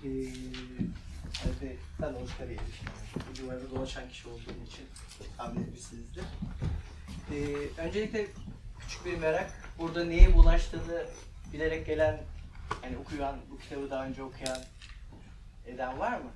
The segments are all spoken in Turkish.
Ben Oscar yemiştim. Bu civarda dolaşan kişi olduğum için tahmin etmişsinizdir. Öncelikle küçük bir merak. Burada neye bulaştığını bilerek gelen, yani okuyan, bu kitabı daha önce okuyan eden var mı?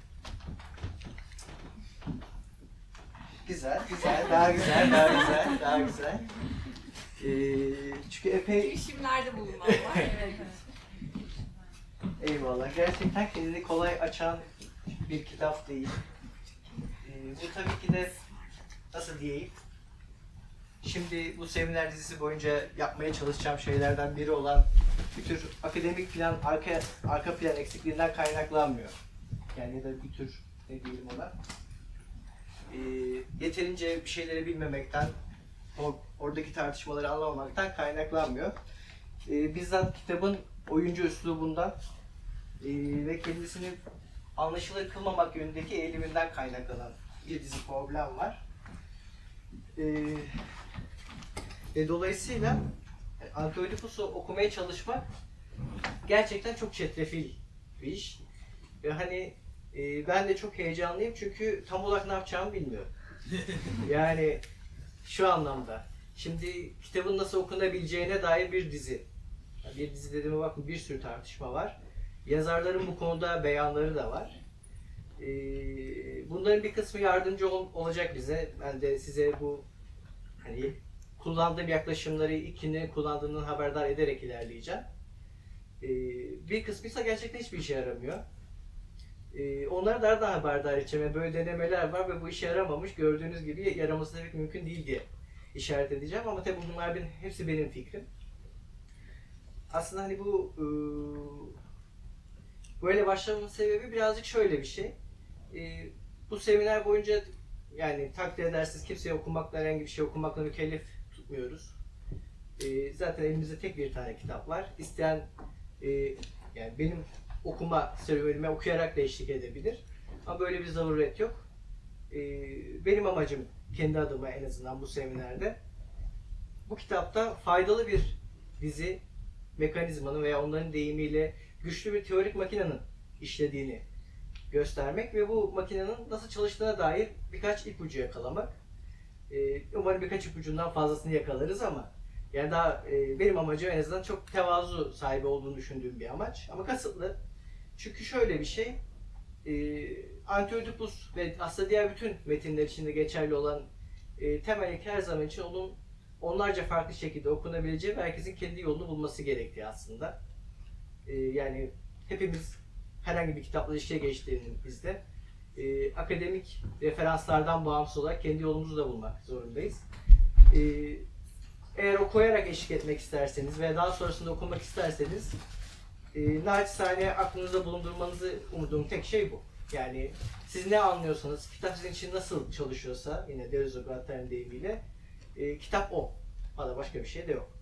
Güzel, güzel, daha güzel, daha güzel, daha güzel. Çünkü epey... Girişimlerde bulunmak var. Evet. Eyvallah. Gerçekten kendini kolay açan bir kitap değil. Bu tabii ki de nasıl diyeyim? Şimdi bu seminer dizisi boyunca yapmaya çalışacağım şeylerden biri olan bir tür akademik plan, arka plan eksikliğinden kaynaklanmıyor. Yani ya da bir tür ne diyelim ona. Yeterince bir şeyleri bilmemekten, oradaki tartışmaları anlamamaktan kaynaklanmıyor. Bizzat kitabın oyuncu üslubundan ve kendisini anlaşılır kılmamak yönündeki eğiliminden kaynaklanan bir dizi problem var. Dolayısıyla Anti-Oedipus'u okumaya çalışmak gerçekten çok çetrefil bir iş. Ve hani ben de çok heyecanlıyım çünkü tam olarak ne yapacağımı bilmiyorum. Yani şu anlamda. Şimdi kitabın nasıl okunabileceğine dair bir dizi. Bir dizi dediğime bakın, bir sürü tartışma var. Yazarların bu konuda beyanları da var. Bunların bir kısmı yardımcı olacak bize. Ben de size bu hani kullandığım yaklaşımları ilkini kullandığımdan haberdar ederek ilerleyeceğim. Bir kısmı ise gerçekten hiçbir işe yaramıyor. Onları da haberdar edeceğim. Böyle denemeler var ve bu işe yaramamış. Gördüğünüz gibi yaraması da pek mümkün değil diye işaret edeceğim. Ama tabii bunlar hepsi benim fikrim. Aslında hani bu böyle başlamamın sebebi birazcık şöyle bir şey. Bu seminer boyunca yani takdir edersiniz kimseye okumakla, herhangi bir şey okumakla mükellef tutmuyoruz. Zaten elimizde tek bir tane kitap var. İsteyen yani benim okuma serüvenime okuyarak da eşlik edebilir. Ama böyle bir zaruret yok. Benim amacım kendi adıma en azından bu seminerde bu kitapta faydalı bir dizi mekanizmanın veya onların deyimiyle güçlü bir teorik makinenin işlediğini göstermek ve bu makinenin nasıl çalıştığına dair birkaç ipucu yakalamak. Umarım birkaç ipucundan fazlasını yakalarız ama yani daha benim amacım en azından çok tevazu sahibi olduğunu düşündüğüm bir amaç ama kasıtlı. Çünkü şöyle bir şey, Anti-Oedipus ve aslında diğer bütün metinler içinde geçerli olan temel ilke her zaman için onun onlarca farklı şekilde okunabileceği ve herkesin kendi yolunu bulması gerektiği aslında. Yani hepimiz herhangi bir kitapla ilişkiye geçtiğimizde akademik referanslardan bağımsız olarak kendi yolumuzu da bulmak zorundayız. Eğer okuyarak eşlik etmek isterseniz veya daha sonrasında okumak isterseniz naçizane aklınızda bulundurmanızı umduğum tek şey bu. Yani siz ne anlıyorsanız, kitap sizin için nasıl çalışıyorsa, yine Deleuze-Guattari deyimiyle, kitap o. Bana başka bir şey de yok.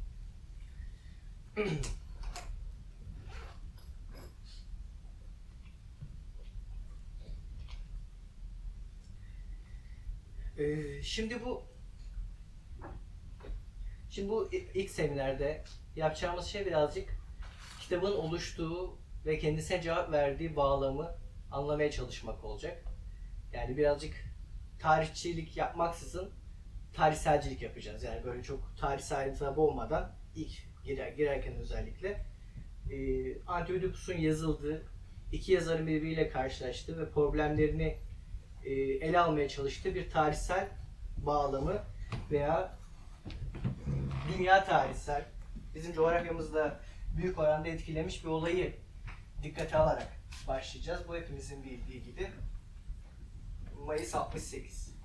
Şimdi bu ilk seminerde yapacağımız şey birazcık kitabın oluştuğu ve kendisine cevap verdiği bağlamı anlamaya çalışmak olacak. Yani birazcık tarihçilik yapmaksızın tarihselcilik yapacağız. Yani böyle çok tarihsel ayrıntıya boğmadan ilk girerken özellikle Anti-Oedipus'un yazıldığı, iki yazarın birbiriyle karşılaştığı ve problemlerini ele almaya çalıştığı bir tarihsel bağlamı veya dünya tarihsel, bizim coğrafyamızda büyük oranda etkilemiş bir olayı dikkate alarak başlayacağız. Bu hepimizin bildiği gibi Mayıs 68.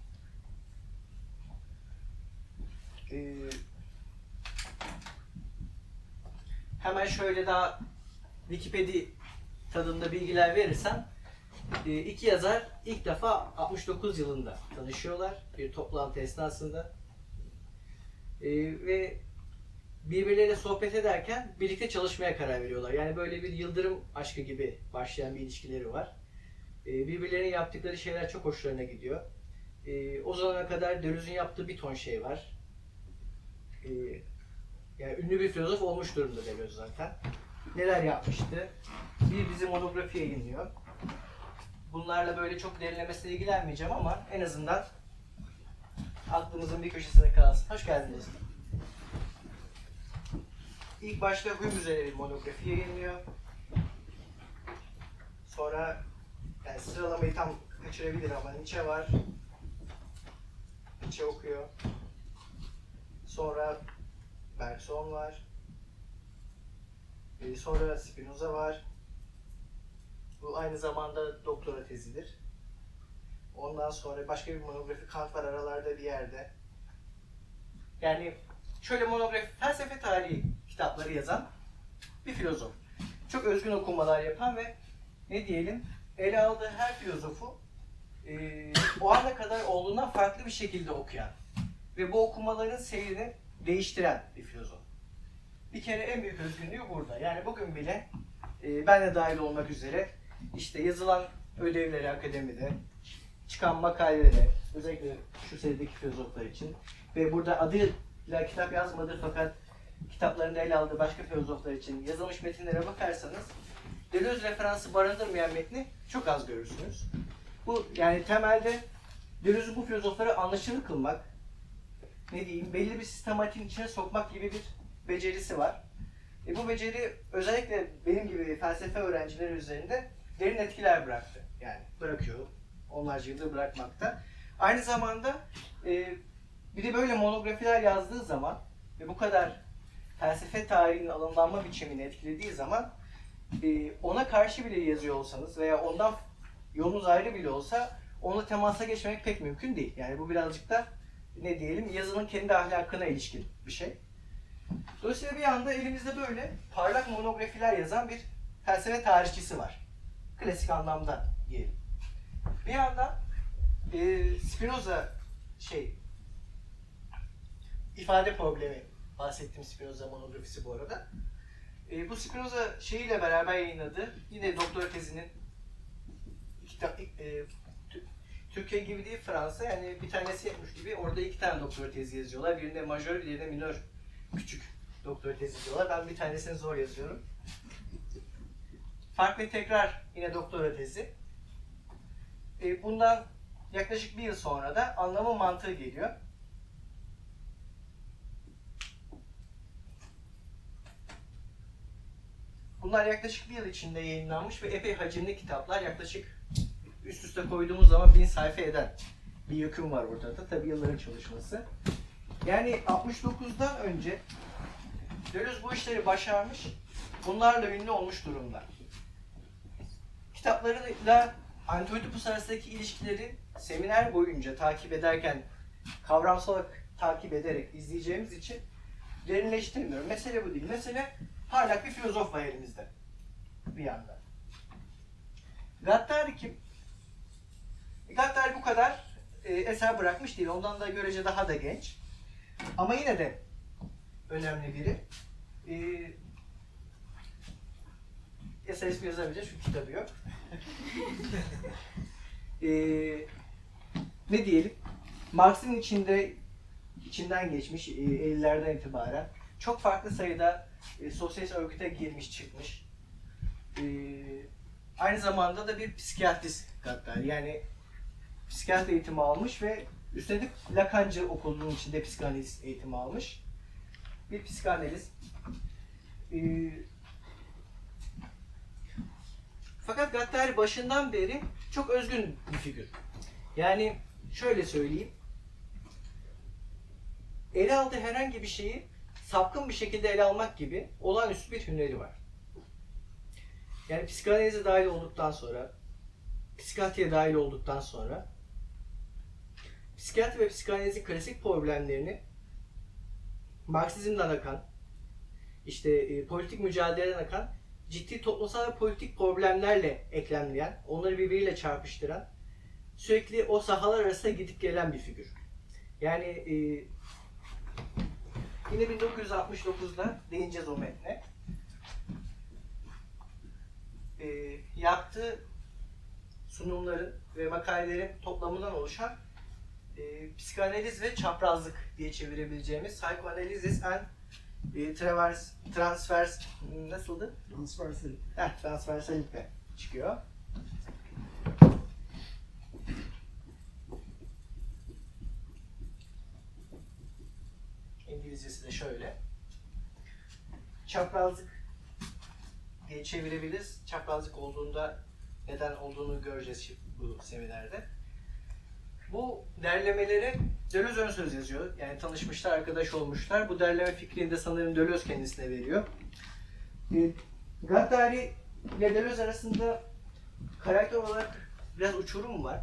Hemen şöyle daha Wikipedia tadında bilgiler verirsem, iki yazar ilk defa 69 yılında tanışıyorlar bir toplantı esnasında ve birbirleriyle sohbet ederken birlikte çalışmaya karar veriyorlar. Yani böyle bir yıldırım aşkı gibi başlayan bir ilişkileri var. Birbirlerinin yaptıkları şeyler çok hoşlarına gidiyor. O zamana kadar Deleuze'ün yaptığı bir ton şey var. Yani ünlü bir filozof olmuş durumda Deleuze zaten. neler yapmıştı? Bir dizi monografi yayınlıyor. Bunlarla böyle çok derinlemesine ilgilenmeyeceğim ama en azından aklımızın bir köşesine kalsın. Hoş geldiniz. İlk başta Hume üzerine bir monografi yayınlıyor. Sonra yani sıralamayı tam kaçırabilir ama Nietzsche var. Nietzsche okuyor. Sonra Bergson var. Sonra Spinoza var. Bu aynı zamanda doktora tezidir. Ondan sonra başka bir monografi Kant var aralarda bir yerde. Yani şöyle monografi, felsefe tarihi kitapları yazan bir filozof. Çok özgün okumalar yapan ve ne diyelim ele aldığı her filozofu o ana kadar olduğundan farklı bir şekilde okuyan ve bu okumaların seyrini değiştiren bir filozof. Bir kere en büyük özgünlüğü burada. Yani bugün bile ben de dahil olmak üzere işte yazılan ödevleri akademide, çıkan makaleleri, özellikle şu serideki filozoflar için ve burada adıyla kitap yazmadır fakat kitaplarında ele aldığı başka filozoflar için yazılmış metinlere bakarsanız Deleuze referansı barındırmayan metni çok az görürsünüz. Bu yani temelde Deleuze'ü bu filozofları anlaşılır kılmak, ne diyeyim, belli bir sistematiğin içine sokmak gibi bir becerisi var. Bu beceri özellikle benim gibi felsefe öğrencileri üzerinde derin etkiler bıraktı. Yani bırakıyor, onlarca yıldır bırakmakta. Aynı zamanda bir de böyle monografiler yazdığı zaman ve bu kadar felsefe tarihinin alımlanma biçimini etkilediği zaman ona karşı bile yazıyor olsanız veya ondan yolunuz ayrı bile olsa onunla temasa geçmek pek mümkün değil. Yani bu birazcık da ne diyelim yazının kendi ahlakına ilişkin bir şey. Dolayısıyla bir anda elimizde böyle parlak monografiler yazan bir felsefe tarihçisi var. Klasik anlamda diyelim. Bir yandan Spinoza ifade problemi bahsettiğim Spinoza monografisi bu arada. Bu Spinoza şeyiyle beraber yayınladığı yine doktora tezinin Türkiye gibi değil Fransa yani bir tanesi yapmış gibi orada 2 tane doktora tezi yazıyorlar. Birinde majör, birinde minör küçük doktora tezi yazıyorlar. Ben bir tanesini zor yazıyorum. Fark ve tekrar yine doktora tezi. Bundan yaklaşık 1 yıl sonra da anlamı mantığı geliyor. Bunlar yaklaşık 1 yıl içinde yayınlanmış ve epey hacimli kitaplar. Yaklaşık üst üste koyduğumuz zaman 1000 sayfa eden bir yüküm var ortada. Tabii yılların çalışması. Yani 69'dan önce Deleuze bu işleri başarmış, bunlarla ünlü olmuş durumda. Kitaplarıyla Anti-Oedipus arasındaki ilişkileri seminer boyunca takip ederken, kavramsal olarak takip ederek izleyeceğimiz için derinleştirmiyorum. Mesele bu değil. Mesele parlak bir filozof var elimizde bir yanda. Guattari kim? Guattari bu kadar eser bırakmış değil. Ondan da görece daha da genç. Ama yine de önemli biri. Eser ismi yazamayacağım çünkü kitabı yok. Ne diyelim? Marx'ın içinden geçmiş 50'lerden itibaren çok farklı sayıda sosyalist örgüte girmiş çıkmış. Aynı zamanda da bir psikiyatrist Guattari. Yani psikiyatri eğitimi almış ve üstelik Lacancı okulunun içinde psikanaliz eğitimi almış. Bir psikanalist. Fakat Guattari başından beri çok özgün bir figür. Yani şöyle söyleyeyim. Ele aldığı herhangi bir şeyi sapkın bir şekilde ele almak gibi olağanüstü bir hüneri var. Yani psikanalize dahil olduktan sonra, psikiyatriye dahil olduktan sonra psikiyatri ve psikanalizin klasik problemlerini Marksizmden akan, işte politik mücadeleden akan ciddi toplumsal ve politik problemlerle eklemleyen, onları birbiriyle çarpıştıran, sürekli o sahalar arasında gidip gelen bir figür. Yani yine 1969'da değineceğiz o metne. Yaptığı sunumların ve makalelerin toplamından oluşan psikanaliz ve çaprazlık diye çevirebileceğimiz Psychoanalysis and transvers nasıldı? Transversal. Transversalitle çıkıyor. İngilizcesi de şöyle. Çaprazlık diye çevirebiliriz. Çaprazlık olduğunda neden olduğunu göreceğiz şimdi bu seminerde. Bu derlemelere Deleuze ön söz yazıyor. Yani tanışmışlar, arkadaş olmuşlar. Bu derleme fikrini de sanırım Deleuze kendisine veriyor. Guattari ile Deleuze arasında karakter olarak biraz uçurum var.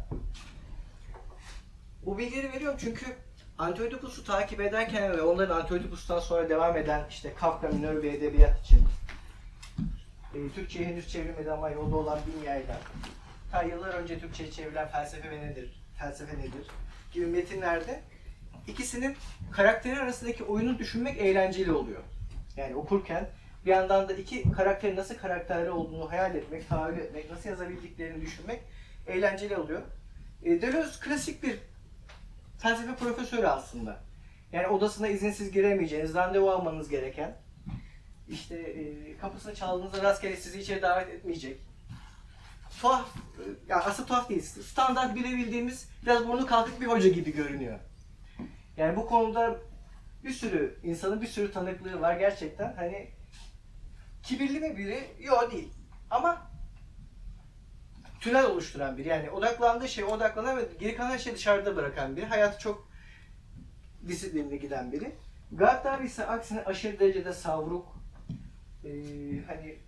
Bu bilgileri veriyorum çünkü Anti-Oedipus'u takip ederken ve onların Anti-Oedipus'tan sonra devam eden işte Kafka minör bir edebiyat için Türkçe'ye henüz çevrilmedi ama yolda olan Bin Yayla, ta yıllar önce Türkçe'ye çevrilen Felsefe nedir gibi metinlerde ikisinin karakteri arasındaki oyunu düşünmek eğlenceli oluyor. Yani okurken bir yandan da iki karakterin nasıl karakterli olduğunu hayal etmek, tahayyül etmek, nasıl yazabildiklerini düşünmek eğlenceli oluyor. Deleuze klasik bir felsefe profesörü aslında. Yani odasına izinsiz giremeyeceğiniz, randevu almanız gereken, işte kapısını çaldığınızda rastgele sizi içeri davet etmeyecek. Tuhaf, yani aslında tuhaf değil, standart bilebildiğimiz, biraz burnu kalkık bir hoca gibi görünüyor. Yani bu konuda bir sürü insanın bir sürü tanıklığı var gerçekten. Hani kibirli mi biri? Yok değil. Ama tünel oluşturan biri. Yani odaklandığı şeye odaklanan ve geri kalan her şeyi dışarıda bırakan biri. Hayatı çok disiplinli giden biri. Guattari ise aksine aşırı derecede savruk. Hani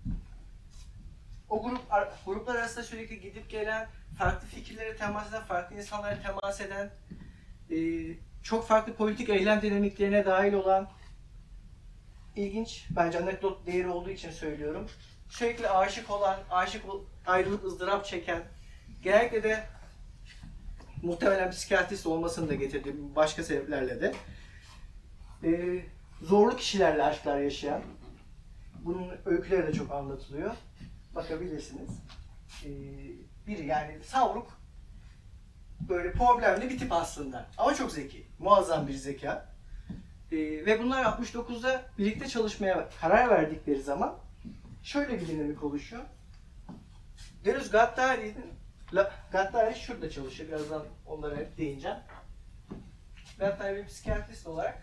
o gruplar arasında sürekli gidip gelen, farklı fikirlere temas eden, farklı insanlara temas eden, çok farklı politik eylem dinamiklerine dahil olan, ilginç, bence anekdot değeri olduğu için söylüyorum. Sürekli aşık olan, ayrılıp ızdırap çeken, genellikle de muhtemelen psikiyatrist olmasını da getirdi başka sebeplerle de. Zorlu kişilerle aşklar yaşayan, bunun öyküleri de çok anlatılıyor. Bakabilirsiniz. Biri yani savruk, böyle problemli bir tip aslında. Ama çok zeki, muazzam bir zeka. Ve bunlar 69'da birlikte çalışmaya karar verdikleri zaman şöyle bir dinamik oluşuyor. Deleuze Guattari şurada çalışıyor, birazdan onlara değineceğim. Guattari bir psikiyatrist olarak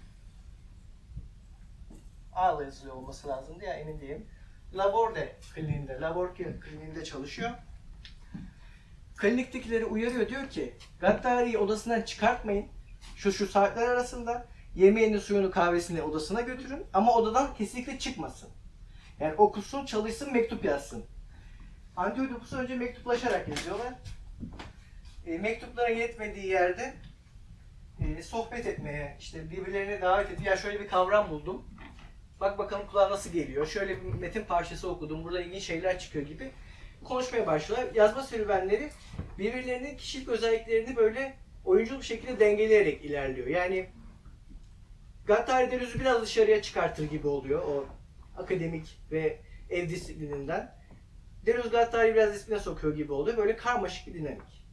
A'la yazılıyor olması lazımdı ya, emin değilim. Laborde kliniğinde çalışıyor. Kliniktekileri uyarıyor, diyor ki Guattari'yi odasından çıkartmayın. Şu saatler arasında yemeğini, suyunu, kahvesini odasına götürün ama odadan kesinlikle çıkmasın. Yani okusun, çalışsın, mektup yazsın. Anti-Oedipus'u önce mektuplaşarak yazıyorlar. Mektupların yetmediği yerde sohbet etmeye, işte birbirlerine davet ediyor. Ya şöyle bir kavram buldum. Bak bakalım kulağa nasıl geliyor. Şöyle bir metin parçası okudum. Burada ilginç şeyler çıkıyor gibi konuşmaya başlıyorlar. Yazma serüvenleri birbirlerinin kişilik özelliklerini böyle oyuncu bir şekilde dengeleyerek ilerliyor. Yani Guattari Deleuze'ü biraz dışarıya çıkartır gibi oluyor o akademik ve ev disiplininden. Deleuze Guattari'yi biraz disipline sokuyor gibi oluyor. Böyle karmaşık bir dinamik.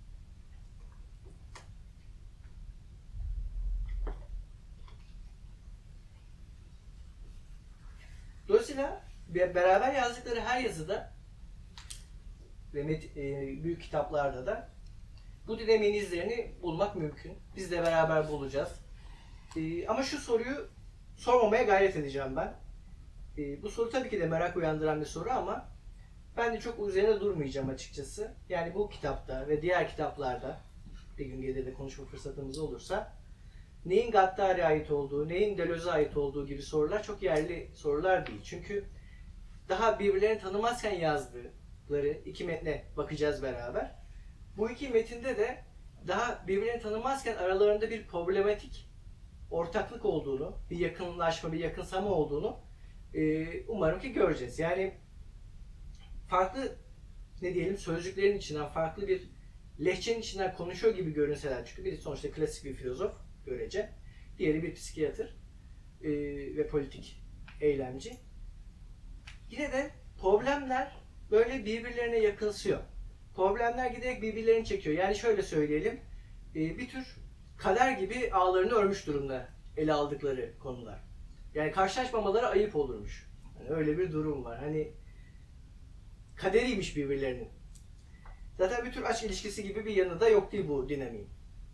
Dolayısıyla beraber yazdıkları her yazıda ve büyük kitaplarda da bu dinamiğin izlerini bulmak mümkün. Biz de beraber bulacağız. Ama şu soruyu sormamaya gayret edeceğim ben. Bu soru tabii ki de merak uyandıran bir soru ama ben de çok üzerine durmayacağım açıkçası. Yani bu kitapta ve diğer kitaplarda bir gün gelir de konuşma fırsatımız olursa neyin Guattari'ye ait olduğu, neyin Deleuze'e ait olduğu gibi sorular çok yerli sorular değil. Çünkü daha birbirlerini tanımazken yazdıkları iki metne bakacağız beraber. Bu iki metinde de daha birbirlerini tanımazken aralarında bir problematik ortaklık olduğunu, bir yakınlaşma, bir yakınsama olduğunu umarım ki göreceğiz. Yani farklı sözcüklerin içinden, farklı bir lehçenin içinden konuşuyor gibi görünseler, çünkü biri sonuçta klasik bir filozof görece, diğeri bir psikiyatr ve politik eylemci. Yine de problemler böyle birbirlerine yakınsıyor. Problemler giderek birbirlerini çekiyor. Yani şöyle söyleyelim, bir tür kader gibi ağlarını örmüş durumda ele aldıkları konular. Yani karşılaşmamaları ayıp olurmuş. Yani öyle bir durum var. Hani kaderiymiş birbirlerinin. Zaten bir tür aşk ilişkisi gibi bir yanı da yok değil bu dinamiğin.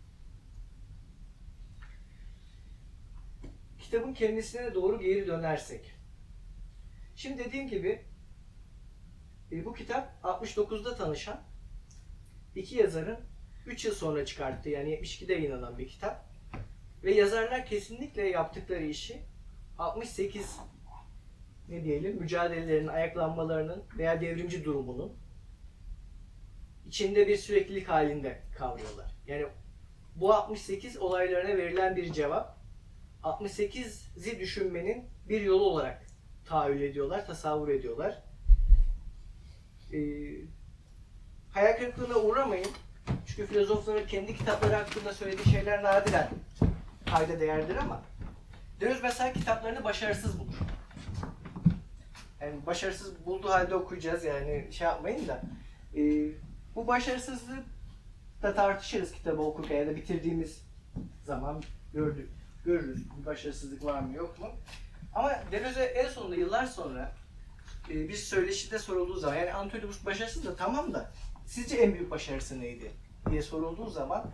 Kitabın kendisine doğru geri dönersek. Şimdi dediğim gibi bu kitap 69'da tanışan iki yazarın 3 yıl sonra çıkarttığı, yani 72'de yayınlanan bir kitap. Ve yazarlar kesinlikle yaptıkları işi 68 ne diyelim mücadelelerinin, ayaklanmalarının veya devrimci durumunun içinde bir süreklilik halinde kavruyorlar. Yani bu 68 olaylarına verilen bir cevap, 68'i düşünmenin bir yolu olarak tahayyül ediyorlar, tasavvur ediyorlar. Hayal kırıklığına uğramayın. Çünkü filozofların kendi kitapları hakkında söylediği şeyler nadiren kayda değerdir ama Deleuze mesela kitaplarını başarısız bulur. Yani başarısız bulduğu halde okuyacağız, yani şey yapmayın da bu başarısızlığı da tartışırız kitabı okurken ya da bitirdiğimiz zaman görürüz bir başarısızlık var mı yok mu. Ama Deleuze en sonunda yıllar sonra bir söyleşide sorulduğu zaman, yani Antiochus başarısız da tamam da sizce en büyük başarısı neydi diye sorulduğu zaman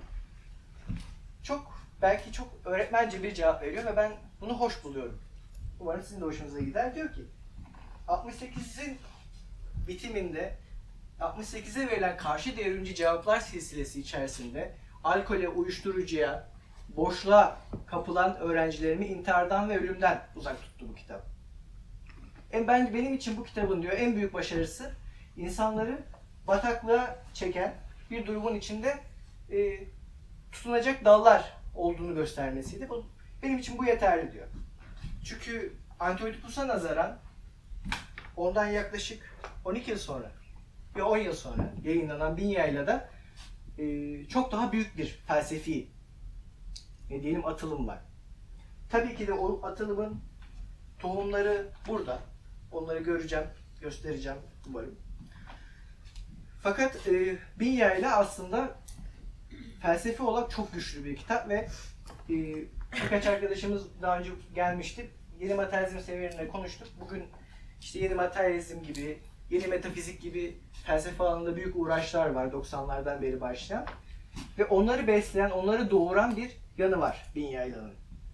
belki çok öğretmence bir cevap veriyor ve ben bunu hoş buluyorum. Umarım sizin de hoşunuza gider. Diyor ki 68'in bitiminde 68'e verilen karşı devrimci cevaplar silsilesi içerisinde alkole, uyuşturucuya, boşluğa kapılan öğrencilerimi intihardan ve ölümden uzak tuttu bu kitap. Benim için bu kitabın diyor en büyük başarısı insanları bataklığa çeken bir durumun içinde tutunacak dallar olduğunu göstermesiydi. Benim için bu yeterli diyor. Çünkü Antiochus'a nazaran ondan yaklaşık 12 yıl sonra ve 10 yıl sonra yayınlanan Bin Yayla'da çok daha büyük bir felsefi atılım var. Tabii ki de o atılımın tohumları burada. Onları göreceğim, göstereceğim umarım. Fakat Bin Yayla aslında felsefi olarak çok güçlü bir kitap ve birkaç arkadaşımız daha önce gelmişti. Yeni materyalizm seviyelerinde konuştuk. Bugün işte yeni materyalizm gibi, yeni metafizik gibi felsefe alanında büyük uğraşlar var 90'lardan beri başlayan. Ve onları besleyen, onları doğuran bir yanı var Bin Yayla'nın.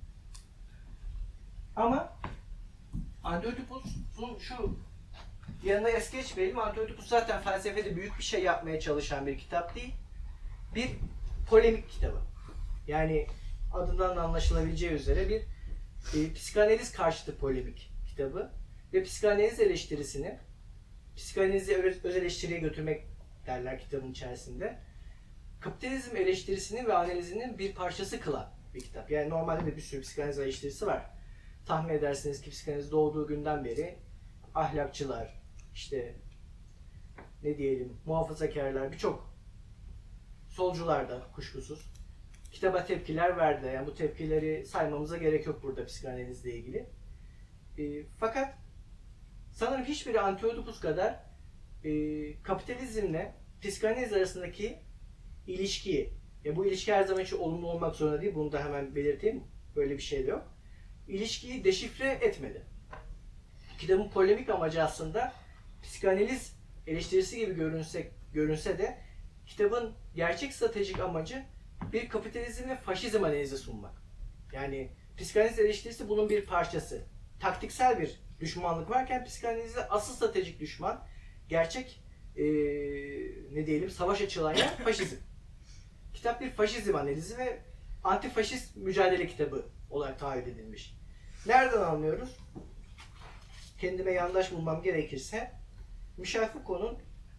Ama Antiochus'un şu yanına es geçmeyelim. Antiochus zaten felsefede büyük bir şey yapmaya çalışan bir kitap değil. Bir polemik kitabı. Yani adından anlaşılabileceği üzere bir psikanaliz karşıtı polemik kitabı. Ve psikanaliz eleştirisini, psikanalizi öz eleştiriye götürmek derler kitabın içerisinde. Kapitalizm eleştirisinin ve analizinin bir parçası kılan bir kitap. Yani normalde de bir sürü psikanaliz eleştirisi var. Tahmin edersiniz ki psikanaliz doğduğu günden beri ahlakçılar, işte ne diyelim muhafazakarlar, birçok solcular da kuşkusuz kitaba tepkiler verdi. Yani bu tepkileri saymamıza gerek yok burada psikanalizle ilgili. Fakat sanırım hiçbiri Antiochus kadar kapitalizmle psikanaliz arasındaki ilişkiyi, bu ilişki her zaman için olumlu olmak zorunda değil, bunu da hemen belirteyim, böyle bir şey de yok. İlişkiyi deşifre etmedi. Kitabın polemik amacı aslında psikanaliz eleştirisi gibi görünse de kitabın gerçek stratejik amacı bir kapitalizm ve faşizm analizi sunmak. Yani psikanaliz eleştirisi bunun bir parçası. Taktiksel bir düşmanlık varken psikanalizde asıl stratejik düşman gerçek savaş açılan yer faşizm. Kitap bir faşizm analizi ve antifaşist mücadele kitabı olarak tahayyül edilmiş. Nereden anlıyoruz? Kendime yandaş bulmam gerekirse Michel Foucault'un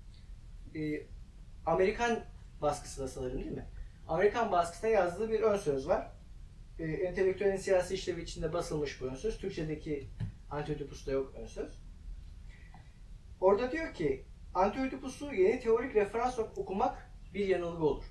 Amerikan baskısında sanırım değil mi? Amerikan baskısına yazdığı bir ön söz var. Entelektüelin siyasi işlevi içinde basılmış bu ön söz. Türkçedeki Antiochus'ta yok ön söz. Orada diyor ki Antiochus'u yeni teorik referans okumak bir yanılgı olur.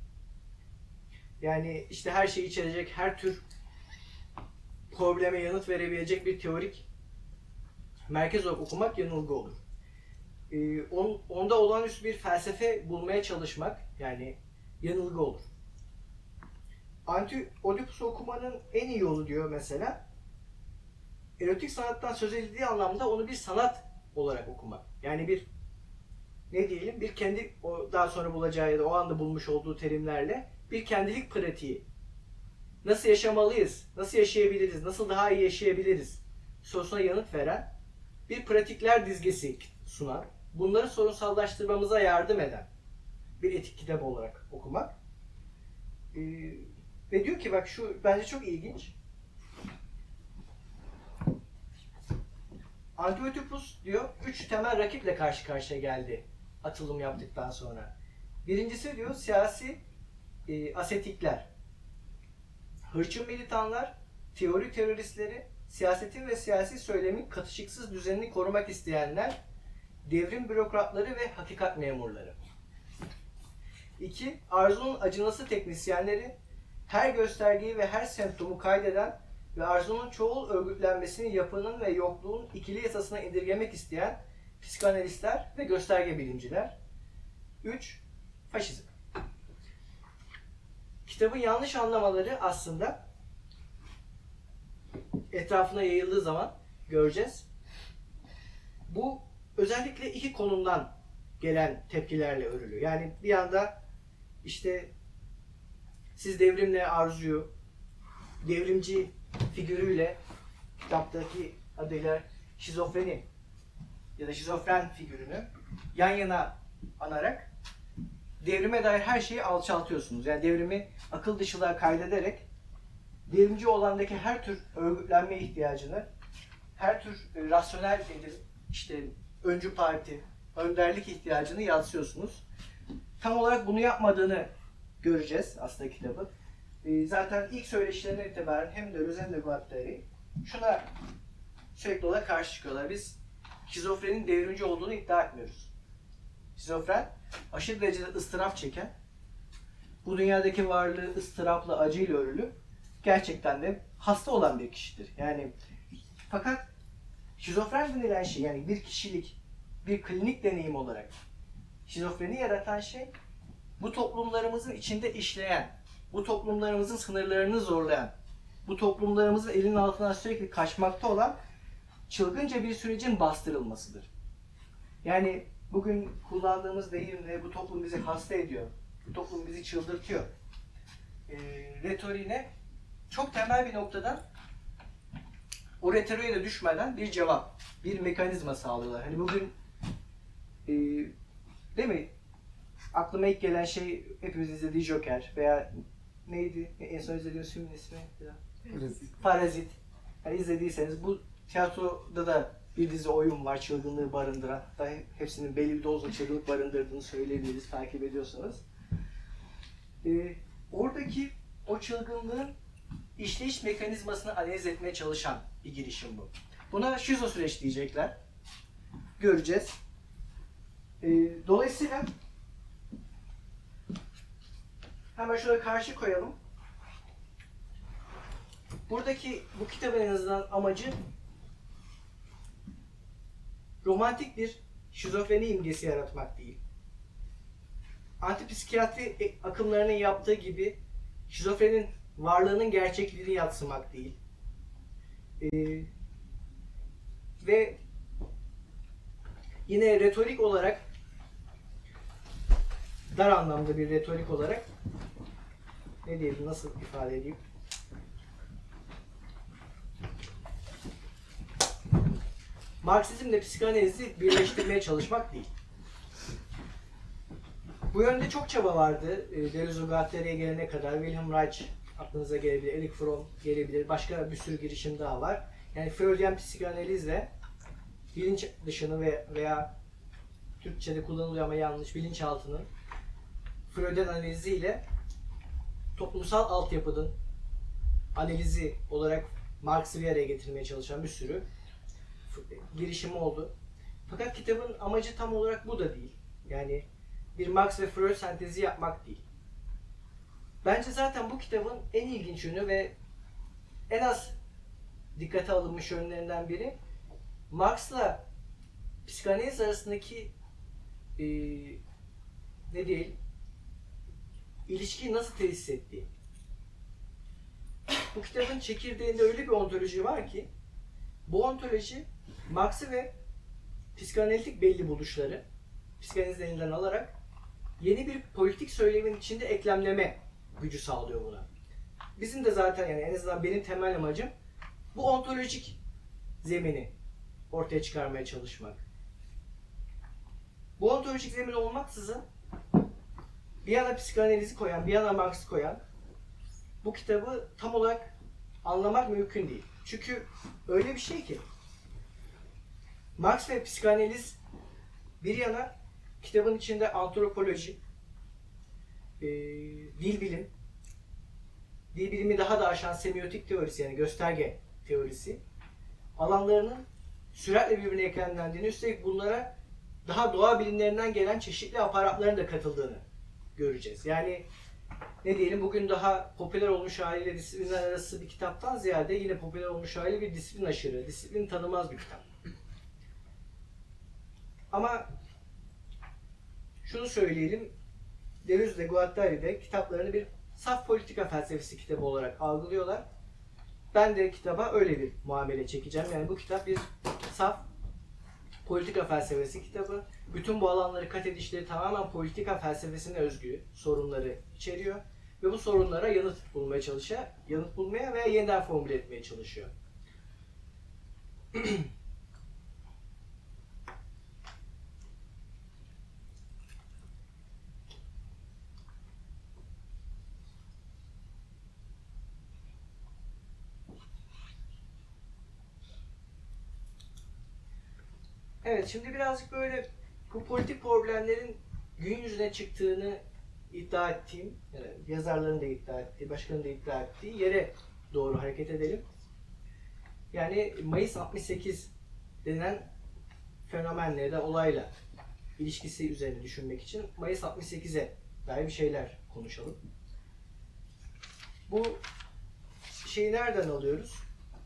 Yani işte her şeyi içerecek, her tür probleme yanıt verebilecek bir teorik merkez olarak okumak yanılgı olur. Onda olağanüstü bir felsefe bulmaya çalışmak yani yanılgı olur. Antiochus'u okumanın en iyi yolu diyor mesela erotik sanattan söz edildiği anlamda onu bir sanat olarak okumak. Yani bir ne diyelim, bir kendi o daha sonra bulacağı ya da o anda bulmuş olduğu terimlerle bir kendilik pratiği. Nasıl yaşamalıyız, nasıl yaşayabiliriz, nasıl daha iyi yaşayabiliriz sorusuna yanıt veren bir pratikler dizgesi sunan, bunları sorunsallaştırmamıza yardım eden bir etik kitabı olarak okumak. Ve diyor ki bak şu bence çok ilginç. Antiochus diyor 3 temel rakiple karşı karşıya geldi atılım yaptıktan sonra. Birincisi diyor siyasi asetikler, hırçın militanlar, teori teröristleri, siyasetin ve siyasi söylemin katışıksız düzenini korumak isteyenler, devrim bürokratları ve hakikat memurları. 2. Arzunun acınası teknisyenleri, her göstergeyi ve her semptomu kaydeden ve arzunun çoğul örgütlenmesini yapının ve yokluğun ikili yasasına indirgemek isteyen psikanalistler ve gösterge bilimciler. 3. Faşizm. Kitabın yanlış anlamaları aslında etrafına yayıldığı zaman göreceğiz. Bu özellikle iki konumdan gelen tepkilerle örülü. Yani bir yanda işte siz devrimle arzuyu, devrimci figürüyle kitaptaki adıyla şizofreni ya da şizofren figürünü yan yana anarak devrime dair her şeyi alçaltıyorsunuz. Yani devrimi akıl dışılığa kaydederek devrimci olandaki her tür örgütlenme ihtiyacını, her tür rasyonel işte öncü parti, önderlik ihtiyacını yansıyorsunuz. Tam olarak bunu yapmadığını göreceğiz aslında kitabı. Zaten ilk söyleşilerinden itibaren hem de Deleuze hem de Guattari şuna sürekli olarak karşı çıkıyorlar. Biz şizofrenin devrimci olduğunu iddia etmiyoruz. Şizofren aşırı derecede ıstırap çeken, bu dünyadaki varlığı ıstırapla, acıyla örülü, gerçekten de hasta olan bir kişidir. Yani fakat şizofren denilen şey, yani bir kişilik, bir klinik deneyim olarak şizofreni yaratan şey, bu toplumlarımızın içinde işleyen, bu toplumlarımızın sınırlarını zorlayan, bu toplumlarımızın elinin altından sürekli kaçmakta olan çılgınca bir sürecin bastırılmasıdır. Yani bugün kullandığımız deyimle bu toplum bizi hasta ediyor, bu toplum bizi çıldırtıyor retoriğine çok temel bir noktadan o retoriğe de düşmeden bir cevap, bir mekanizma sağlıyorlar. Hani bugün değil mi? Aklıma ilk gelen şey hepimiz izlediği Joker veya neydi? En son izlediğimiz filmin ismi? Parazit. Yani izlediyseniz bu tiyatroda da bir dizi oyun var çılgınlığı barındıran. Hatta hepsinin belli bir dozla çılgınlık barındırdığını söyleyebiliriz takip ediyorsanız. Oradaki o çılgınlığın işleyiş mekanizmasını analiz etmeye çalışan bir girişim bu. Buna şizo süreç diyecekler. Göreceğiz. Dolayısıyla hemen şuraya karşı koyalım. Buradaki bu kitabın en azından amacı romantik bir şizofreni imgesi yaratmak değil. Antipsikiyatri akımlarının yaptığı gibi şizofrenin varlığının gerçekliğini yadsımak değil. Ve yine retorik olarak, dar anlamda bir retorik olarak ne diyelim, nasıl ifade edeyim? Marksizmle psikanalizi birleştirmeye çalışmak değil. Bu yönde çok çaba vardı. Deleuze Guattari'ye gelene kadar. Wilhelm Reich aklınıza gelebilir, Erich Fromm gelebilir. Başka bir sürü girişim daha var. Yani Freudian psikanalizle bilinç dışını veya Türkçe'de kullanılıyor ama yanlış, bilinçaltının Freudian analiziyle toplumsal altyapının analizi olarak Marx'ı bir araya getirmeye çalışan bir sürü girişimi oldu. Fakat kitabın amacı tam olarak bu da değil. Yani bir Marx ve Freud sentezi yapmak değil. Bence zaten bu kitabın en ilginç yönü ve en az dikkate alınmış yönlerinden biri Marx'la psikanaliz arasındaki ne diyelim, ilişkiyi nasıl tesis ettiği. Bu kitabın çekirdeğinde öyle bir ontoloji var ki Bu ontoloji Marx'ı ve psikanalitik belli buluşları psikanalizden elinden alarak yeni bir politik söylemin içinde eklemleme gücü sağlıyor buna. Bizim de zaten yani en azından benim temel amacım bu ontolojik zemini ortaya çıkarmaya çalışmak. Bu ontolojik zemin olmaksızın bir yana psikanalizi koyan, bir yana Marx'ı koyan bu kitabı tam olarak anlamak mümkün değil. Çünkü öyle bir şey ki Marx ve psikanaliz bir yana kitabın içinde antropoloji, dil bilim, dil bilimi daha da aşan semiotik teorisi yani gösterge teorisi alanlarının süratle birbirine eklemlendiğini, üstelik bunlara daha doğa bilimlerinden gelen çeşitli aparatların da katıldığını göreceğiz. Yani ne diyelim bugün daha popüler olmuş haliyle disiplinler arası bir kitaptan ziyade yine popüler olmuş haliyle bir disiplin aşırı, disiplin tanımaz bir kitap. Ama şunu söyleyelim, Deleuze de Guattari de kitaplarını bir saf politika felsefesi kitabı olarak algılıyorlar. Ben de kitaba öyle bir muamele çekeceğim. Yani bu kitap bir saf politika felsefesi kitabı. Bütün bu alanları kat edişleri tamamen politika felsefesine özgü sorunları içeriyor. Ve bu sorunlara yanıt bulmaya veya yeniden formüle etmeye çalışıyor. Evet, şimdi birazcık böyle bu politik problemlerin gün yüzüne çıktığını iddia ettiğim, yani yazarların da iddia ettiği, başkanın da iddia ettiği yere doğru hareket edelim. Yani Mayıs 68 denen fenomenle ya da olayla ilişkisi üzerine düşünmek için Mayıs 68'e dair bir şeyler konuşalım. Bu şeyi nereden alıyoruz?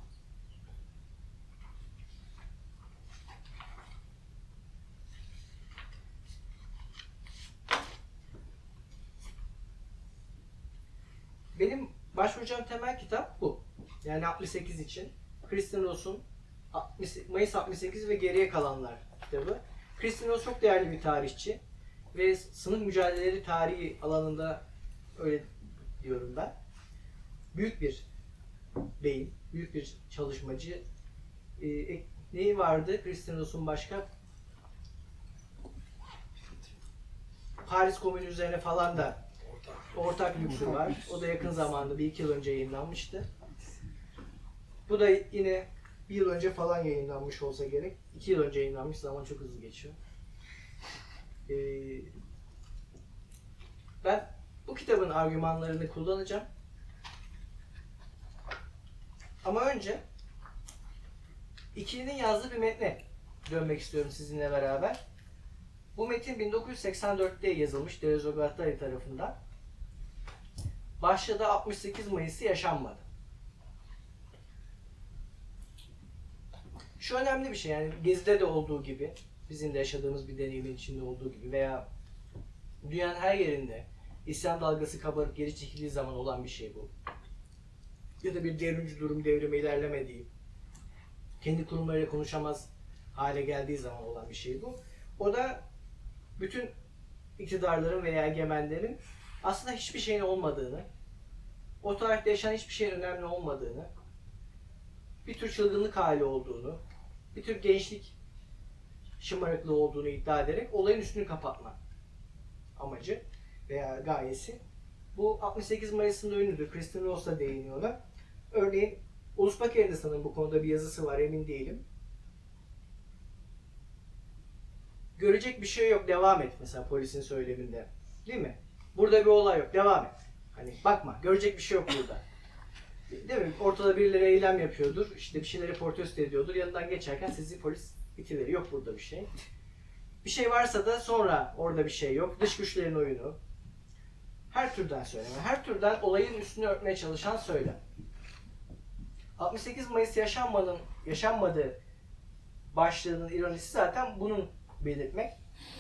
Benim başvuracağım temel kitap bu. Yani 68 için. Kristin Ross'un Mayıs 68 ve Geriye Kalanlar kitabı. Kristin Ross çok değerli bir tarihçi ve sınıf mücadeleleri tarihi alanında öyle diyorum ben. Büyük bir beyin, büyük bir çalışmacı. Neyi vardı Kristin Ross'un başka? Paris Komünü üzerine falan da ortak lüksü var. O da yakın zamanda, bir iki yıl önce yayınlanmıştı. Bu da yine bir yıl önce falan yayınlanmış olsa gerek. 2 yıl önce yayınlanmış, zaman çok hızlı geçiyor. Ben bu kitabın argümanlarını kullanacağım. Ama önce ikilinin yazdığı bir metne dönmek istiyorum sizinle beraber. Bu metin 1984'te yazılmış Deleuze Guattari tarafından. Başlığı 68 Mayıs'ı yaşanmadı. Şu önemli bir şey, yani Gezi'de de olduğu gibi, bizim de yaşadığımız bir deneyimin içinde olduğu gibi veya dünyanın her yerinde isyan dalgası kabarıp geri çekildiği zaman olan bir şey bu. Ya da bir devrimci durum devrime ilerlemediği, kendi kurumlarıyla konuşamaz hale geldiği zaman olan bir şey bu. O da bütün iktidarların veya egemenlerin aslında hiçbir şeyin olmadığını, o tarihte yaşanan hiçbir şeyin önemli olmadığını, bir tür çılgınlık hali olduğunu, bir tür gençlik şımarıklığı olduğunu iddia ederek olayın üstünü kapatma amacı veya gayesi. Bu 68 Mayıs'ın da ünlüdür. Kristin Ross'a değiniyorlar. Örneğin Ulus Baker'in de sanırım bu konuda bir yazısı var, emin değilim. Görecek bir şey yok, devam et mesela polisin söyleminde. Değil mi? Burada bir olay yok, devam et. Hani bakma, görecek bir şey yok burada. Değil mi? Ortada birileri eylem yapıyordur, işte bir şeyleri protesto ediyordur, yanından geçerken sizi polis itiveriyor. Yok burada bir şey. Bir şey varsa da sonra orada bir şey yok. Dış güçlerin oyunu. Her türden söyleme, her türden olayın üstünü örtmeye çalışan söylem. 68 Mayıs yaşanmadığı başlığının ironisi zaten bunun belirtmek.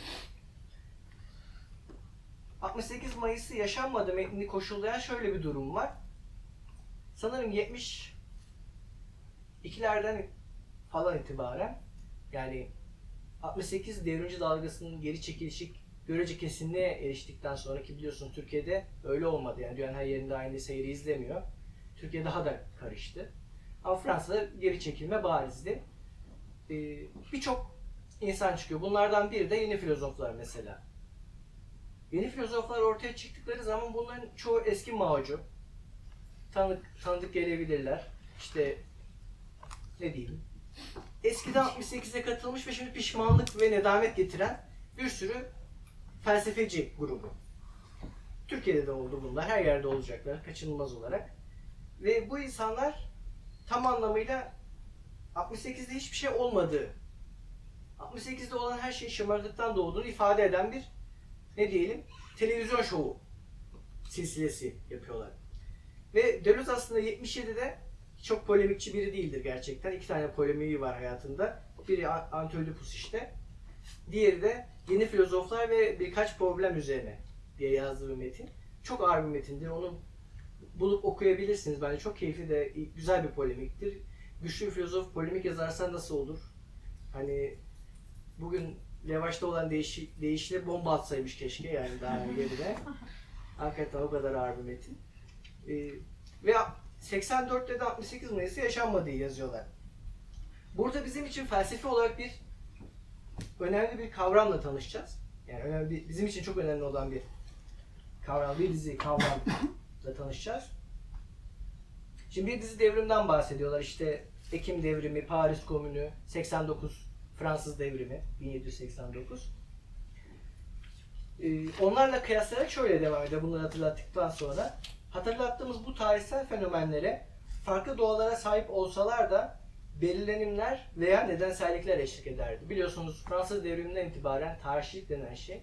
68 Mayıs'ı yaşanmadı metnini koşullayan şöyle bir durum var. Sanırım 72'lerden falan itibaren, yani 68 devrimci dalgasının geri çekilişi görece kesinliğe eriştikten sonra, ki biliyorsun Türkiye'de öyle olmadı. Yani dünyanın her yerinde aynı seyri izlemiyor. Türkiye daha da karıştı. Ama Fransa'da geri çekilme barizdi. Birçok insan çıkıyor. Bunlardan biri de yeni filozoflar mesela. Yeni filozoflar ortaya çıktıkları zaman bunların çoğu eski mağcu. Tanıdık gelebilirler. İşte ne diyeyim? Eskiden 68'e katılmış ve şimdi pişmanlık ve nedamet getiren bir sürü felsefeci grubu. Türkiye'de de oldu bunlar. Her yerde olacaklar kaçınılmaz olarak. Ve bu insanlar tam anlamıyla 68'de hiçbir şey olmadığı, 68'de olan her şeyin şımarıklıktan doğduğunu ifade eden bir, ne diyelim, televizyon şovu silsilesi yapıyorlar. Ve Deleuze aslında 77'de çok polemikçi biri değildir gerçekten. 2 tane polemiği var hayatında. Biri Anti-Oedipus işte. Diğeri de Yeni Filozoflar ve Birkaç Problem Üzerine diye yazdığı bir metin. Çok ağır bir metindir. Onu bulup okuyabilirsiniz. Bence çok keyifli de güzel bir polemiktir. Güçlü bir filozof polemik yazarsan nasıl olur? Hani bugün Levaş'ta olan deyişle bomba atsaymış keşke, yani daha geride. Hakikaten o kadar ağır bir metin. Ve 84'te de 68 Mayıs'ı yaşanmadığı yazıyorlar. Burada bizim için felsefi olarak önemli bir kavramla tanışacağız. Yani bizim için çok önemli olan bir kavram, bir dizi kavramla tanışacağız. Şimdi bir dizi devrimden bahsediyorlar. İşte Ekim Devrimi, Paris Komünü, 89 Fransız Devrimi, 1789. Onlarla kıyaslayarak şöyle devam ediyor bunları hatırlattıktan sonra. Hatırlattığımız bu tarihsel fenomenlere farklı doğalara sahip olsalar da belirlenimler veya nedensellikler eşlik ederdi. Biliyorsunuz Fransız devriminden itibaren tarihçilik denen şey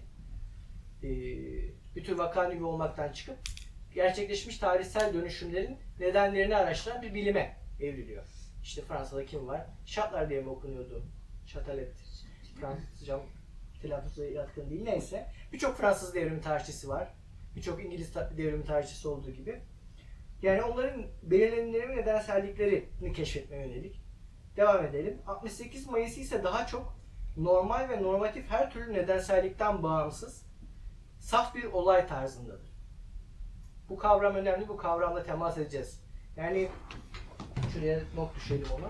bütün vakani olmaktan çıkıp gerçekleşmiş tarihsel dönüşümlerin nedenlerini araştıran bir bilime evriliyor. İşte Fransa'da kim var? Şatlar diye mi okunuyordu? Chatelet. Fransızcam telaffuza yatkın değil. Neyse. Birçok Fransız devrimi tarihçisi var. Birçok İngiliz devrimi tarihçisi olduğu gibi. Yani onların belirlenimleri ve nedenselliklerini keşfetmeye yönelik. Devam edelim. 68 Mayıs'ı ise daha çok normal ve normatif her türlü nedensellikten bağımsız, saf bir olay tarzındadır. Bu kavram önemli. Bu kavramla temas edeceğiz. Yani şuraya not düşelim ona.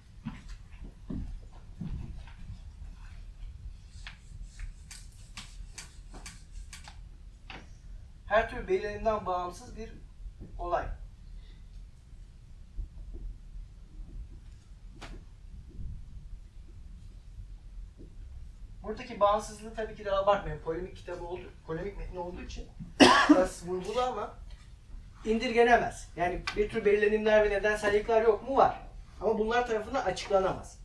Her türlü belirlenimden bağımsız bir olay. Buradaki bağımsızlığı tabii ki de abartmayın. Polemik metni olduğu için biraz vurgulu ama indirgenemez. Yani bir tür belirlenimler ve nedensellikler yok mu? Var. Ama bunlar tarafından açıklanamaz.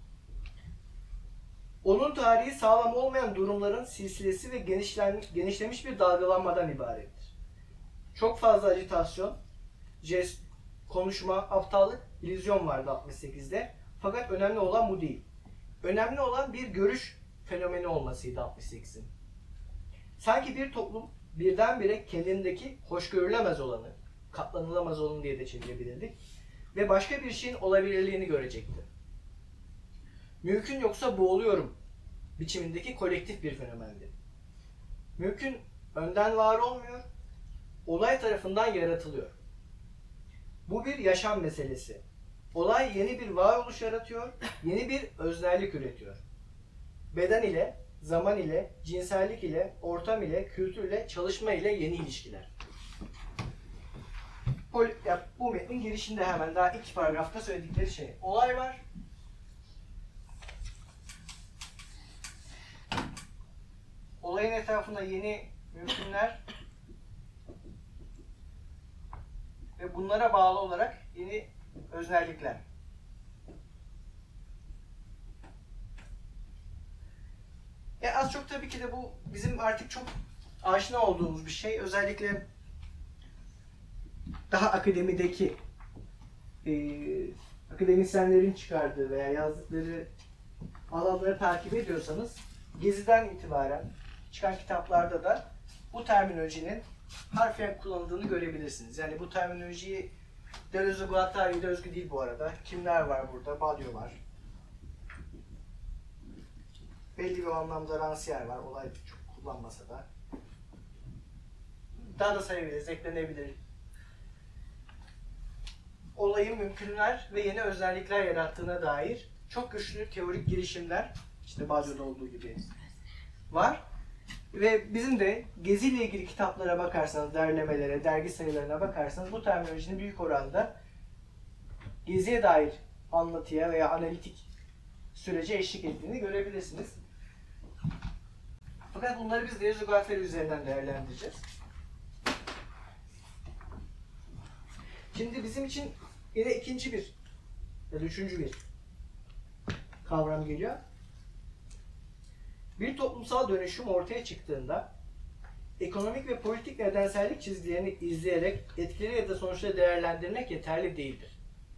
Onun tarihi sağlam olmayan durumların silsilesi ve genişlemiş bir dalgalanmadan ibarettir. Çok fazla ajitasyon, jest, konuşma, aptallık, illüzyon vardı 68'de. Fakat önemli olan bu değil. Önemli olan bir görüş fenomeni olmasıydı 68'in. Sanki bir toplum birdenbire kendindeki hoşgörülemez olanı, katlanılamaz olanı diye de çevirebilirdik ve başka bir şeyin olabilirliğini görecekti. Mümkün yoksa boğuluyorum biçimindeki kolektif bir fenomendi. Mümkün önden var olmuyor, olay tarafından yaratılıyor. Bu bir yaşam meselesi. Olay yeni bir varoluş yaratıyor, yeni bir öznellik üretiyor. Beden ile, zaman ile, cinsellik ile, ortam ile, kültür ile, çalışma ile yeni ilişkiler. Bu metnin girişinde hemen daha ilk paragrafta söyledikleri şey. Olay var. Olayın etrafında yeni mümkünler ve bunlara bağlı olarak yeni öznellikler. Az çok tabii ki de bu bizim artık çok aşina olduğumuz bir şey. Özellikle daha akademideki akademisyenlerin çıkardığı veya yazdıkları alanları takip ediyorsanız Gezi'den itibaren çıkan kitaplarda da bu terminolojinin harfiyen kullanıldığını görebilirsiniz. Yani bu terminolojiyi Deleuze, Guattari'de özgü değil bu arada. Kimler var burada? Badiou var. belli bir anlamda Rancière var. Olay çok kullanmasa da. Daha da sayabiliriz, eklenebilir. Olayın mümkünler ve yeni özellikler yarattığına dair çok güçlü teorik girişimler, işte Badiou'da olduğu gibi var. Ve bizim de Gezi ile ilgili kitaplara bakarsanız, derlemelere, dergi sayılarına bakarsanız bu terminolojinin büyük oranda Gezi'ye dair anlatıya veya analitik sürece eşlik ettiğini görebilirsiniz. Fakat bunları biz Deleuze Guattari üzerinden değerlendireceğiz. Şimdi bizim için yine ikinci bir ya da üçüncü bir kavram geliyor. Bir toplumsal dönüşüm ortaya çıktığında ekonomik ve politik nedensellik çizgilerini izleyerek etkileri ya da sonuçları değerlendirmek yeterli değildir.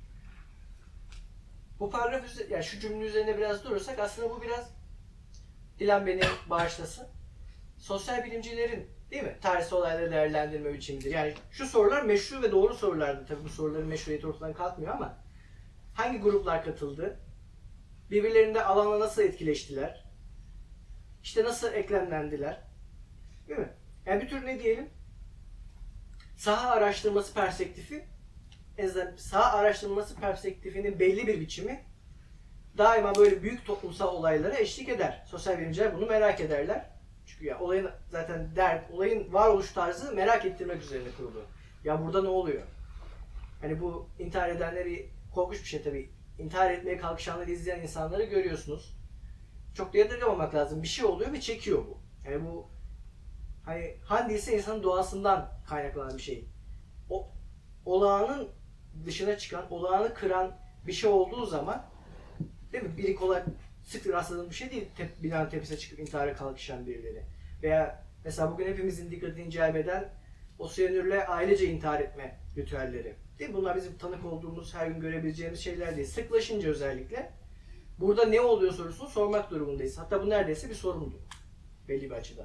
Bu paragraf, yani şu cümle üzerine biraz durursak aslında bu biraz, Dilan beni bağışlasın, sosyal bilimcilerin değil mi tarihsel olayları değerlendirme biçimidir. Yani şu sorular meşru ve doğru sorulardı. Tabii bu soruların meşruiyeti ortadan kalkmıyor ama hangi gruplar katıldı? Birbirlerinde alanla nasıl etkileştiler? İşte nasıl eklemlendiler? Değil mi? Yani bir tür ne diyelim? Saha araştırması perspektifi, en azından saha araştırması perspektifinin belli bir biçimi daima böyle büyük toplumsal olaylara eşlik eder. Sosyal bilimciler bunu merak ederler. Çünkü ya olayın zaten olayın varoluş tarzı merak ettirmek üzerine kurulu. Ya burada ne oluyor? Hani bu intihar edenleri korkunç bir şey tabii. İntihar etmeye kalkışanları izleyen insanları görüyorsunuz. Çok da yadırgamamak lazım. Bir şey oluyor ve çekiyor bu. Yani bu hani handiyse insanın doğasından kaynaklanan bir şey. O olağanın dışına çıkan, olağanı kıran bir şey olduğu zaman, değil mi? Biri kolay sık rastladığım bir şey değil. Binanın tepesine çıkıp intihara kalkışan birileri. Veya mesela bugün hepimizin dikkatini celbeden o siyanürle ailece intihar etme ritüelleri. Değil mi? Bunlar bizim tanık olduğumuz, her gün görebileceğimiz şeyler değil. Sıklaşınca özellikle burada ne oluyor sorusunu sormak durumundayız. Hatta bu neredeyse bir sorumdu. Belli bir açıdan.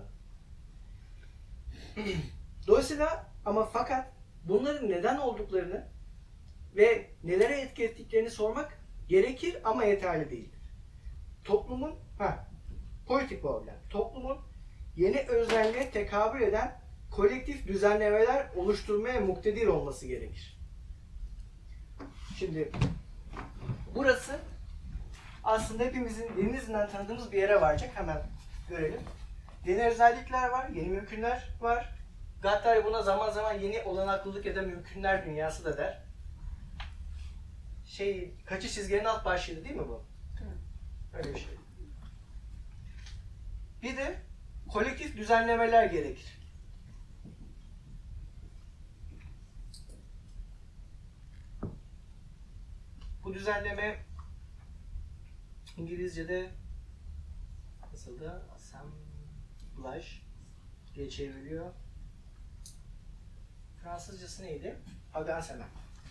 Dolayısıyla ama fakat bunların neden olduklarını ve nelere etki ettiklerini sormak gerekir ama yeterli değildir. Toplumun, politik problem, toplumun yeni özelliğe tekabül eden kolektif düzenlemeler oluşturmaya muktedir olması gerekir. Şimdi burası aslında hepimizin dilimizden tanıdığımız bir yere varacak. Hemen görelim. Yeni özellikler var, yeni mümkünler var. Guattari buna zaman zaman yeni olanaklılık ya da mümkünler dünyası da der. Kaçış çizgilerinin alt başlığıydı değil mi bu? Öyle bir şey. Bir de kolektif düzenlemeler gerekir. Bu düzenleme İngilizce'de nasıldı? Assemblage diye çevriliyor. Fransızcası neydi? Agansement.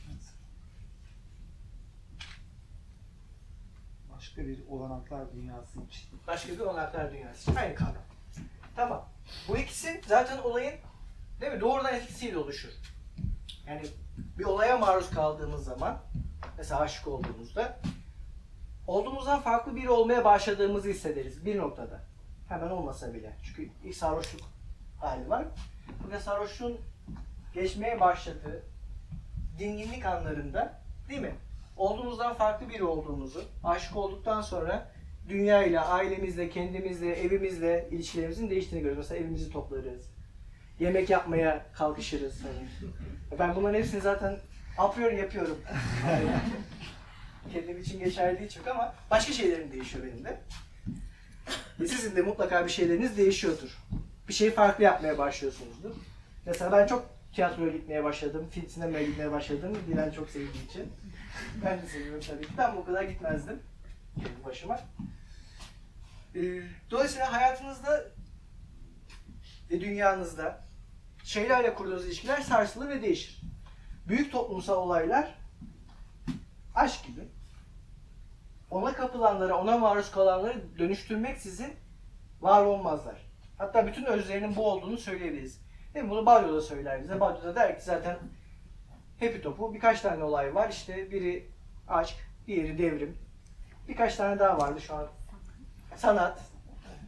Başka bir olanaklar dünyası için. Başka bir olanaklar dünyası için. Aynı kavram. Tamam. Bu ikisi zaten olayın, değil mi, doğrudan etkisiyle oluşur. Yani bir olaya maruz kaldığımız zaman, mesela aşık olduğumuzda, olduğumuzdan farklı biri olmaya başladığımızı hissederiz bir noktada. Hemen olmasa bile. Çünkü ilk sarhoşluk hali var. Ve sarhoşluğun geçmeye başladığı dinginlik anlarında, değil mi? Olduğumuzdan farklı biri olduğumuzu, aşık olduktan sonra dünyayla, ailemizle, kendimizle, evimizle ilişkilerimizin değiştiğini görüyoruz. Mesela evimizi toplarız, yemek yapmaya kalkışırız. Ben bunların hepsini zaten a priori yapıyorum. Kendim için geçerli değil çok ama başka şeylerim değişiyor benim de. Sizin de mutlaka bir şeyleriniz değişiyordur. Bir şeyi farklı yapmaya başlıyorsunuzdur. Mesela ben çok tiyatroya gitmeye başladım, sinemaya gitmeye başladım. Dilan çok sevdiği için. Ben de seviyorum tabii ki. Ben bu kadar gitmezdim kendi başıma. Dolayısıyla hayatınızda ve dünyanızda şeylerle kurduğunuz ilişkiler sarsılır ve değişir. Büyük toplumsal olaylar aşk gibi ona kapılanları, ona maruz kalanları dönüştürmeksizin var olmazlar. Hatta bütün özlerinin bu olduğunu söyleyebiliriz. Değil mi? Bunu Badiou da söyler bize. Badiou da der ki zaten hepi topu birkaç tane olay var. İşte biri aşk, diğeri devrim. Birkaç tane daha vardı şu an. Sanat.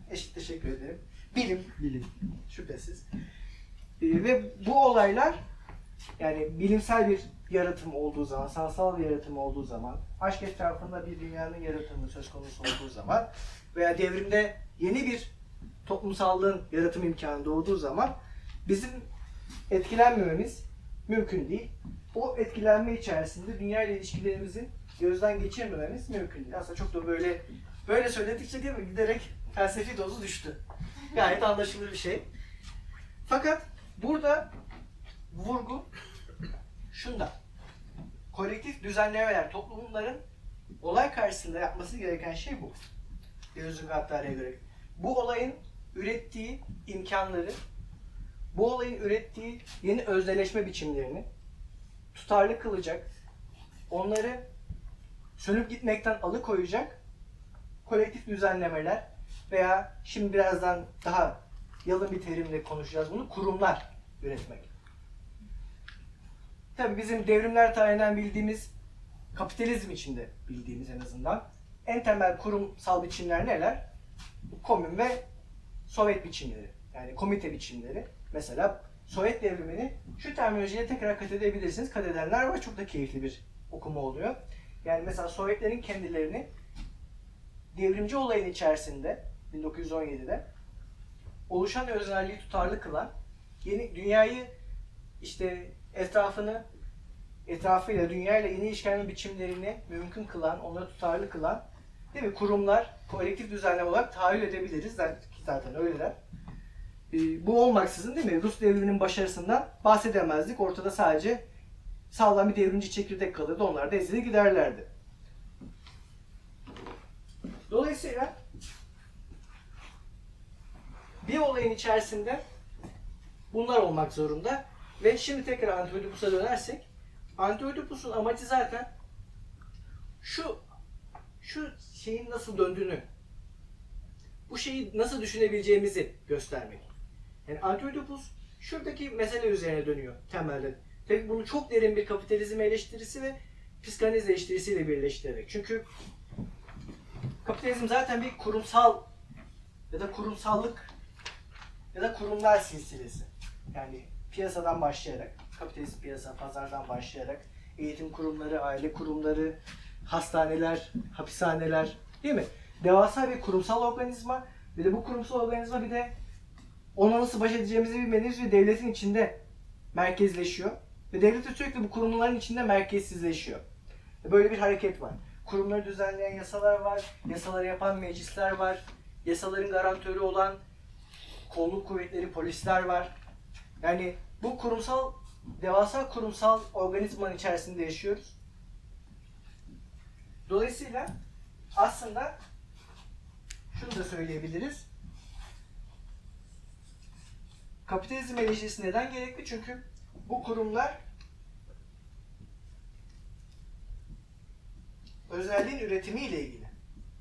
Teşekkür ederim. Bilim, Bilim. şüphesiz. Ve bu olaylar yani bilimsel bir yaratım olduğu zaman, sanatsal bir yaratım olduğu zaman, aşk etrafında bir dünyanın yaratımı söz konusu olduğu zaman veya devrimde yeni bir toplumsallığın yaratım imkanı doğduğu zaman bizim etkilenmememiz mümkün değil. O etkilenme içerisinde dünya ile ilişkilerimizin gözden geçirmememiz mümkün değil. Aslında çok da böyle söyledikçe değil mi? Giderek felsefi dozu düştü. Gayet anlaşılır bir şey. Fakat burada vurgu şunda. Kolektif düzenlemeler, toplumların olay karşısında yapması gereken şey bu. Deleuze'ün Gattari'ye göre. Bu olayın ürettiği imkanları, bu olayın ürettiği yeni özneleşme biçimlerini tutarlı kılacak, onları sönüp gitmekten alıkoyacak kolektif düzenlemeler veya şimdi birazdan daha yalın bir terimle konuşacağız bunu, kurumlar üretmek. Tabii bizim devrimler tarihinden bildiğimiz, kapitalizm içinde bildiğimiz en azından en temel kurumsal biçimler neler? Komün ve Sovyet biçimleri, yani komite biçimleri. Mesela Sovyet devrimini şu terminolojiyle tekrar kat edebilirsiniz. Kat edenler var, çok da keyifli bir okuma oluyor. Yani mesela Sovyetlerin kendilerini devrimci olayın içerisinde 1917'de oluşan öznelliği tutarlı kılan, yeni dünyayı işte etrafıyla, dünyayla yeni ilişkilenme biçimlerini mümkün kılan, onları tutarlı kılan, değil mi? Kurumlar, kolektif düzenleme olarak tahayyül edebiliriz. Zaten öyleler. Bu olmaksızın değil mi? Rus devriminin başarısından bahsedemezdik. Ortada sadece sağlam bir devrimci çekirdek kalırdı. Onlar da ezilir giderlerdi. Dolayısıyla bir olayın içerisinde bunlar olmak zorunda. Ve şimdi tekrar Anti-Oedipus'a dönersek, Anti-Oedipus'un amacı zaten şu şeyin nasıl döndüğünü, bu şeyi nasıl düşünebileceğimizi göstermek. Yani Anti-Oedipus şuradaki mesele üzerine dönüyor temelde. Tabii bunu çok derin bir kapitalizm eleştirisi ve psikanaliz eleştirisiyle birleştirerek. Çünkü kapitalizm zaten bir kurumsal ya da kurumsallık ya da kurumlar silsilesi. Yani piyasadan başlayarak, kapitalist piyasa, pazardan başlayarak eğitim kurumları, aile kurumları, hastaneler, hapishaneler, değil mi? Devasa bir kurumsal organizma ve de bu kurumsal organizma bir de ona nasıl baş edeceğimizi bilmediğimiz bir devletin içinde merkezleşiyor. Ve devlet de sürekli bu kurumların içinde merkezsizleşiyor. Böyle bir hareket var. Kurumları düzenleyen yasalar var, yasaları yapan meclisler var, yasaların garantörü olan kolluk kuvvetleri, polisler var. Yani bu devasa kurumsal organizmanın içerisinde yaşıyoruz. Dolayısıyla aslında şunu da söyleyebiliriz. Kapitalizm eleştirisi neden gerekli? Çünkü bu kurumlar öznelliğin üretimiyle ilgili.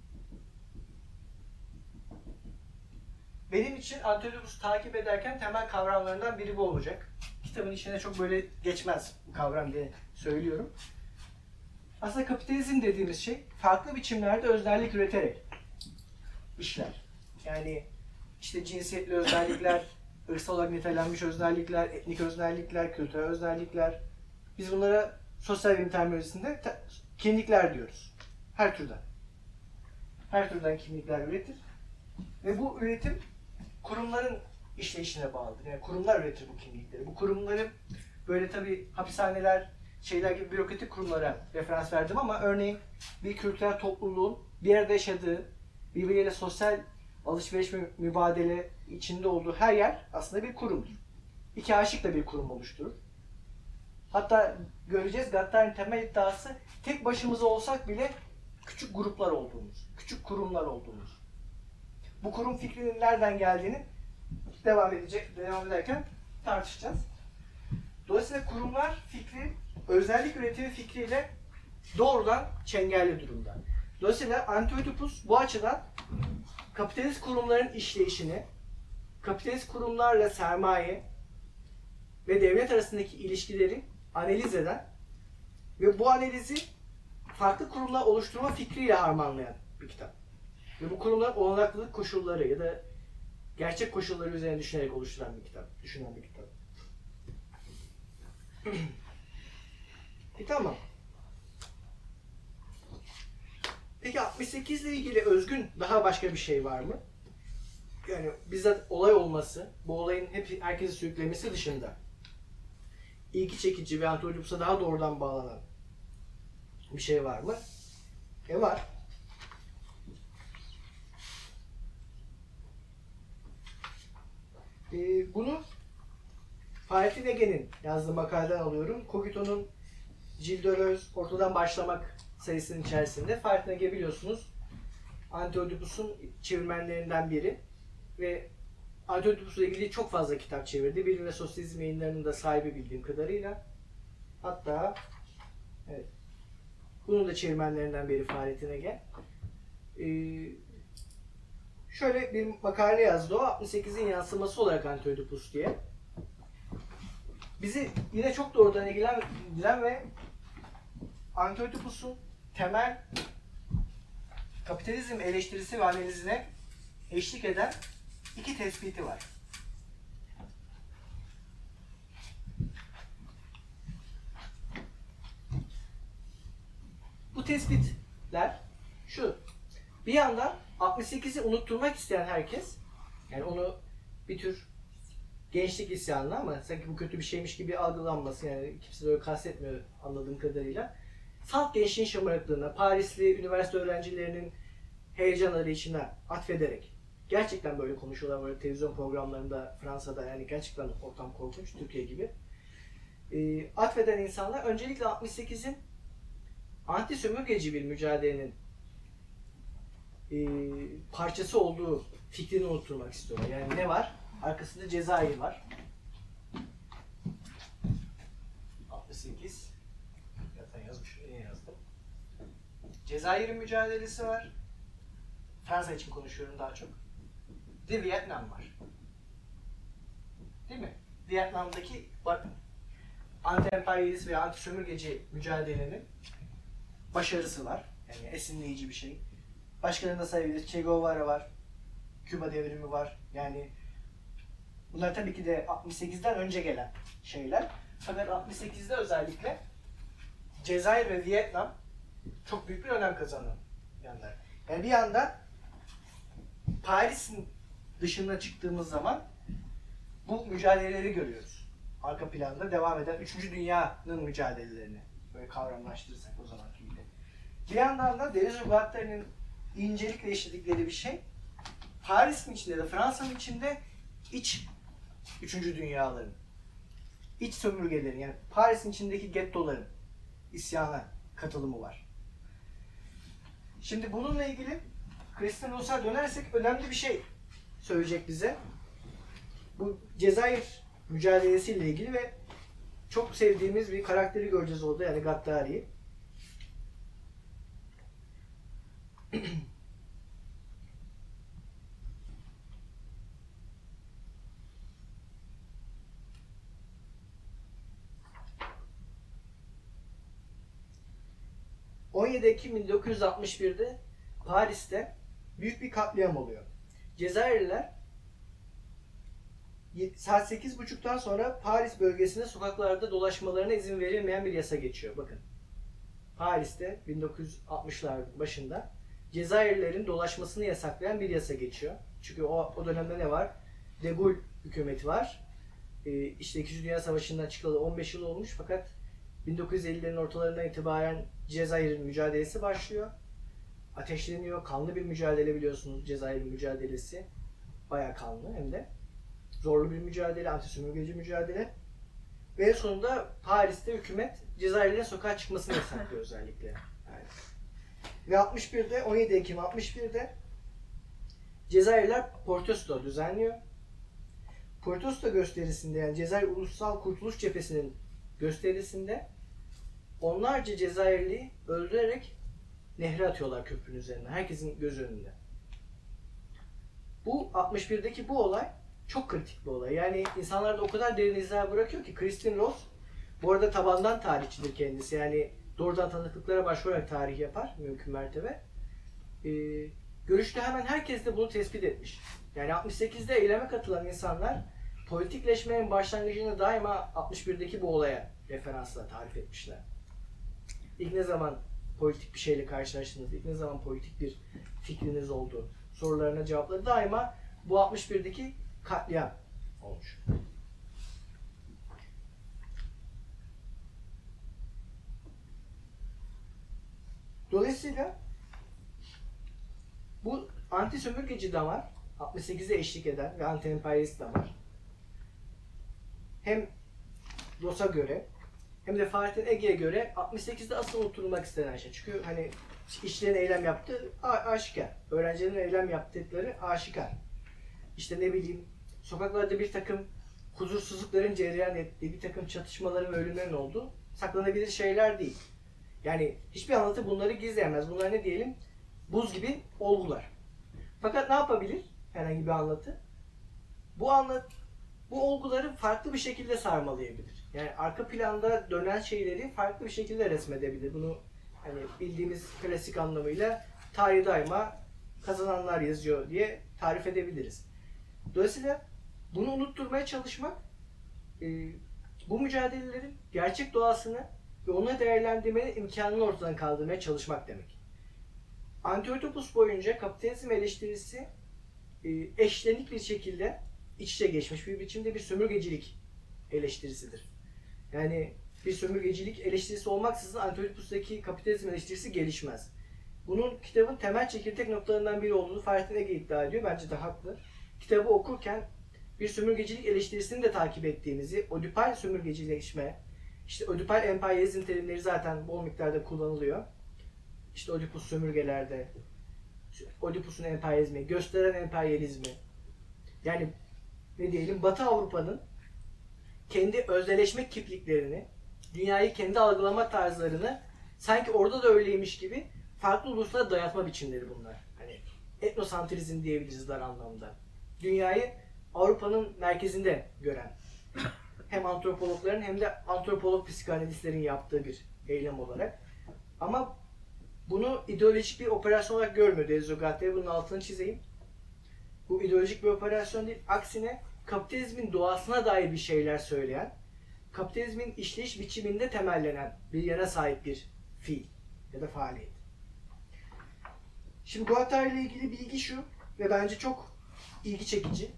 Benim için Anti-Oedipus'u takip ederken temel kavramlarından biri bu olacak. Kitabın içine çok böyle geçmez bu kavram diye söylüyorum. Aslında kapitalizm dediğimiz şey farklı biçimlerde öznellik üreterek işler. Yani işte cinsiyetli öznellikler, ırksal olarak nitelenmiş öznellikler, etnik öznellikler, kültürel öznellikler. Biz bunlara sosyal bilim terminolojisinde kimlikler diyoruz. Her türden. Her türden kimlikler üretir. Ve bu üretim kurumların işleyişine bağlıdır. Yani kurumlar üretir bu kimlikleri. Bu kurumların böyle tabii hapishaneler, şeyler gibi bürokratik kurumlara referans verdim ama örneğin bir kültürel topluluğun bir yerde yaşadığı, birbiriyle sosyal alışveriş ve mübadele içinde olduğu her yer aslında bir kurumdur. İki aşık da bir kurum oluşturur. Hatta göreceğiz Gattari'nin temel iddiası tek başımıza olsak bile küçük gruplar olduğumuz, küçük kurumlar olduğumuz. Bu kurum fikrinin nereden geldiğini devam ederken tartışacağız. Dolayısıyla kurumlar fikri, özellik üretimi fikriyle doğrudan çengelli durumda. Dolayısıyla Anti-Oedipus bu açıdan kapitalist kurumların işleyişini, kapitalist kurumlarla sermaye ve devlet arasındaki ilişkileri analiz eden ve bu analizi farklı kurumlar oluşturma fikriyle harmanlayan bir kitap. Ve bu kurumlar olanaklılık koşulları ya da gerçek koşulları üzerine düşünerek oluşturan bir kitap. Düşünen bir kitap. Tamam. Peki 68 ile ilgili özgün daha başka bir şey var mı? Yani bizzat olay olması, bu olayın hep herkesi sürüklemesi dışında ilgi çekici ve Antiochus'a daha doğrudan bağlanan bir şey var mı? Var. Bunu Fahrettin Ege'nin yazdığı makaleden alıyorum. Cogito'nun Gilles Deleuze Ortadan Başlamak sayısının içerisinde Fahrettin Ege biliyorsunuz Antiochus'un çevirmenlerinden biri ve Antiochus'la ilgili çok fazla kitap çevirdi. Bilim ve Sosyalizm yayınlarının da sahibi bildiğim kadarıyla. Hatta evet, bunun da çevirmenlerinden biri Fahrettin Ege. Şöyle bir makale yazdı o, 68'in yansıması olarak Antiochus diye. Bizi yine çok doğrudan ilgilendiren ve Antiochus'un temel kapitalizm eleştirisi ve analizine eşlik eden iki tespiti var. Bu tespitler şu. Bir yandan 68'i unutturmak isteyen herkes, yani onu bir tür gençlik isyanı ama sanki bu kötü bir şeymiş gibi algılanması, yani kimse de öyle kastetmiyor anladığım kadarıyla. Salt gençliğin şımarıklığına, Parisli üniversite öğrencilerinin heyecan arayışına atfederek, gerçekten böyle konuşuyorlar böyle televizyon programlarında Fransa'da, yani gerçekten ortam korkunç, Türkiye gibi. Atfeden insanlar öncelikle 68'in anti-sömürgeci bir mücadelenin parçası olduğu fikrini unutturmak istiyorlar. Yani ne var? Arkasında Cezayir var. 68. Zaten yazmışım. Niye yazdım? Cezayir'in mücadelesi var. Fransa için konuşuyorum daha çok. Bir de Vietnam var. Değil mi? Vietnam'daki anti-emperyalist veya anti-sömürgeci mücadelenin başarısı var. Yani esinleyici bir şey. Başkalarını da sayabiliriz. Che Guevara var. Küba devrimi var. Yani bunlar tabii ki de 68'den önce gelen şeyler. Fakat 68'de özellikle Cezayir ve Vietnam çok büyük bir önem kazanan yanlar. Yani bir yandan Paris'in dışına çıktığımız zaman bu mücadeleleri görüyoruz. Arka planda devam eden 3. Dünya'nın mücadelelerini böyle kavramlaştırırsak o zamanki gibi. Bir yandan da Deleuze ve Guattari'nin incelikle işledikleri bir şey, Paris'in içinde de Fransa'nın içinde iç 3. dünyaların, iç sömürgelerin, yani Paris'in içindeki gettoların isyana katılımı var. Şimdi bununla ilgili Christian Rousseau'ya dönersek önemli bir şey söyleyecek bize. Bu Cezayir mücadelesiyle ilgili ve çok sevdiğimiz bir karakteri göreceğiz orada, yani Gaddari'yi. ...17 Ekim 1961'de Paris'te büyük bir katliam oluyor. Cezayirliler saat 8.30'dan sonra Paris bölgesinde sokaklarda dolaşmalarına izin verilmeyen bir yasa geçiyor. Bakın. Paris'te 1960'lar başında Cezayirlilerin dolaşmasını yasaklayan bir yasa geçiyor. Çünkü o dönemde ne var? De Gaulle hükümeti var. İşte 2. Dünya Savaşı'ndan çıkalı 15 yıl olmuş fakat 1950'lerin ortalarından itibaren Cezayir'in mücadelesi başlıyor. Ateşleniyor. Kanlı bir mücadele, biliyorsunuz Cezayir'in mücadelesi. Bayağı kanlı hem de. Zorlu bir mücadele, anti-sömürgeci mücadele. Ve sonunda Paris'te hükümet Cezayirlilerin sokağa çıkmasını yasaklıyor özellikle. Yani. Ve 61'de, 17 Ekim 61'de Cezayirliler protesto düzenliyor. Protesto gösterisinde, yani Cezayir Ulusal Kurtuluş Cephesi'nin gösterisinde onlarca Cezayirliyi öldürerek nehre atıyorlar köprünün üzerine. Herkesin göz önünde. Bu 61'deki bu olay çok kritik bir olay. Yani insanlarda o kadar derin izler bırakıyor ki Christian Ross, bu arada tabandan tarihçidir kendisi. Yani doğrudan tanıklıklara başvurarak tarih yapar mümkün mertebe. Görüşte hemen herkes de bunu tespit etmiş. Yani 68'de eyleme katılan insanlar politikleşmenin başlangıcını daima 61'deki bu olaya referansla tarif etmişler. İlk ne zaman politik bir şeyle karşılaştınız, ilk ne zaman politik bir fikriniz oldu sorularına cevapları daima bu 61'deki katliam olmuş. Dolayısıyla bu anti sömürgeci damar 68'e eşlik eden ve anti emperyalist damar hem Ross'a göre hem de Fahrettin Ege'ye göre 68'de asıl unutulmak istenen şey. Çünkü hani işçilerin eylem yaptığı aşikar. Öğrencilerin eylem yaptıkları aşikar. İşte ne bileyim sokaklarda bir takım huzursuzlukların cereyan ettiği, bir takım çatışmaların ve ölümlerin olduğu saklanabilir şeyler değil. Yani hiçbir anlatı bunları gizleyemez. Bunlar ne diyelim? Buz gibi olgular. Fakat ne yapabilir herhangi bir anlatı? Bu olguları farklı bir şekilde sarmalayabilir. Yani arka planda dönen şeyleri farklı bir şekilde resmedebilir. Bunu hani bildiğimiz klasik anlamıyla tarih daima kazananlar yazıyor diye tarif edebiliriz. Dolayısıyla bunu unutturmaya çalışmak bu mücadelelerin gerçek doğasını ve onu değerlendirmenin imkanını ortadan kaldırmaya çalışmak demek. Antioktopus boyunca kapitalizm eleştirisi eşlenik bir şekilde iç içe geçmiş bir biçimde bir sömürgecilik eleştirisidir. Yani bir sömürgecilik eleştirisi olmaksızın Antioktopus'taki kapitalizm eleştirisi gelişmez. Bunun kitabın temel çekirdek noktalarından biri olduğunu Fahrettin Ege iddia ediyor. Bence de haklı. Kitabı okurken bir sömürgecilik eleştirisini de takip ettiğimizi, Ödipal sömürgecileşme, işte Ödipal emperyalizm terimleri zaten bol miktarda kullanılıyor. İşte Ödipus sömürgelerde, Ödipus'un emperyalizmi, gösteren emperyalizmi. Yani ne diyelim Batı Avrupa'nın kendi özneleşme kipliklerini, dünyayı kendi algılama tarzlarını sanki orada da öyleymiş gibi farklı uluslara dayatma biçimleri bunlar. Hani etnosantrizm diyebiliriz dar anlamda. Dünyayı Avrupa'nın merkezinde gören hem antropologların hem de antropolog psikanalistlerin yaptığı bir eylem olarak. Ama bunu ideolojik bir operasyon olarak görmüyor Deleuze. Bunun altını çizeyim. Bu ideolojik bir operasyon değil. Aksine kapitalizmin doğasına dair bir şeyler söyleyen, kapitalizmin işleyiş biçiminde temellenen bir yana sahip bir fiil ya da faaliyet. Şimdi Guattari ile ilgili bilgi şu ve bence çok ilgi çekici.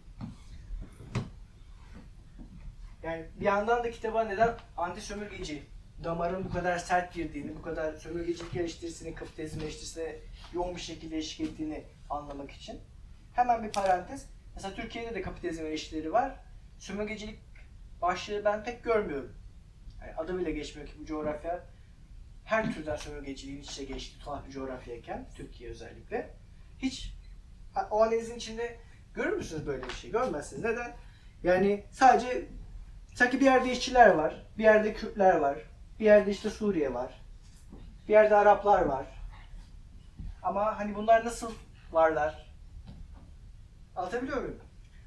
Yani bir yandan da kitaba neden anti sömürgeci damarın bu kadar sert girdiğini, bu kadar sömürgecilik eleştirisini, kapitalizm eleştirisine yoğun bir şekilde eşlik ettiğini anlamak için. Hemen bir parantez. Mesela Türkiye'de de kapitalizm eleştirileri var. Sömürgecilik başlığı ben pek görmüyorum. Yani adı bile geçmiyor ki bu coğrafya her türden sömürgeciliğin iç içe geçtiği tuhaf bir coğrafyayken, Türkiye özellikle. Hiç o analizin içinde görür müsünüz böyle bir şey? Görmezsiniz. Neden? Yani sadece sanki bir yerde işçiler var, bir yerde Kürtler var, bir yerde işte Suriye var, bir yerde Araplar var. Ama hani bunlar nasıl varlar? Anlatabiliyor muyum?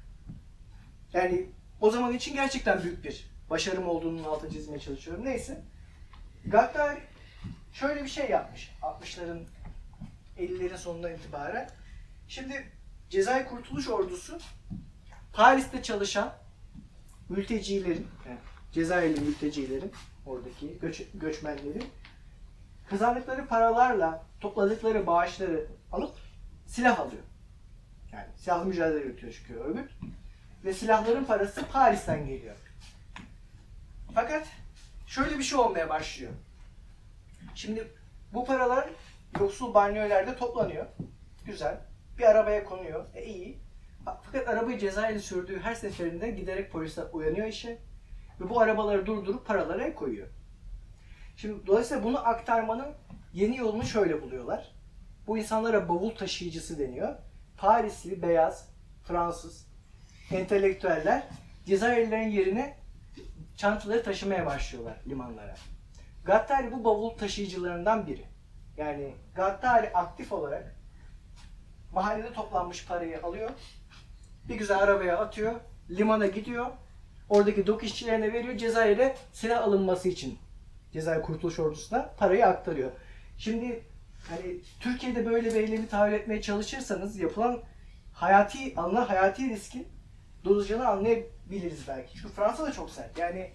Yani o zaman için gerçekten büyük bir başarım olduğunun altını çizmeye çalışıyorum. Neyse. Guattari şöyle bir şey yapmış 60'ların 50'lerin sonundan itibaren. Şimdi Cezayir Kurtuluş Ordusu Paris'te çalışan mültecilerin, yani Cezayirli mültecilerin, oradaki göçmenlerin kazandıkları paralarla topladıkları bağışları alıp silah alıyor. Yani silahlı mücadele yürütüyor çünkü örgüt. Ve silahların parası Paris'ten geliyor. Fakat şöyle bir şey olmaya başlıyor. Şimdi bu paralar yoksul banliyölerde toplanıyor. Güzel. Bir arabaya konuyor. İyi. Fakat arabayı Cezayir'e sürdüğü her seferinde giderek polisler uyanıyor işe. Ve bu arabaları durdurup paralara el koyuyor. Şimdi dolayısıyla bunu aktarmanın yeni yolunu şöyle buluyorlar. Bu insanlara bavul taşıyıcısı deniyor. Parisli, beyaz, Fransız, entelektüeller Cezayirlilerin yerine çantaları taşımaya başlıyorlar limanlara. Guattari bu bavul taşıyıcılarından biri. Yani Guattari aktif olarak mahallede toplanmış parayı alıyor, bir güzel arabaya atıyor, limana gidiyor, oradaki dok işçilerine veriyor, Cezayir'e silah alınması için Cezayir Kurtuluş Ordusu'na parayı aktarıyor. Şimdi hani Türkiye'de böyle bir eylemi tahayyül etmeye çalışırsanız yapılan alınan hayati riskin dozajını anlayabiliriz belki. Çünkü Fransa da çok sert. Yani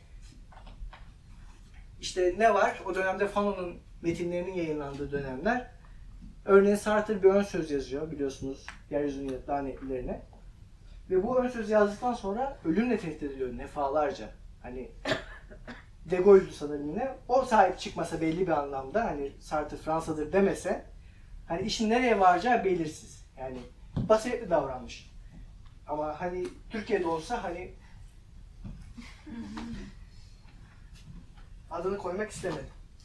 işte ne var? O dönemde Fanon'un metinlerinin yayınlandığı dönemler. Örneğin Sartre bir ön söz yazıyor biliyorsunuz yeryüzünün lanetlilerine. Ve bu ön sözü yazdıktan sonra ölümle tehdit ediliyor defalarca. Hani De Gaulle'du sanırım yine. O sahip çıkmasa belli bir anlamda hani Sartre Fransa'dır demese hani işin nereye varacağı belirsiz. Yani basiretli davranmış. Ama hani Türkiye'de olsa hani adını koymak istemedi.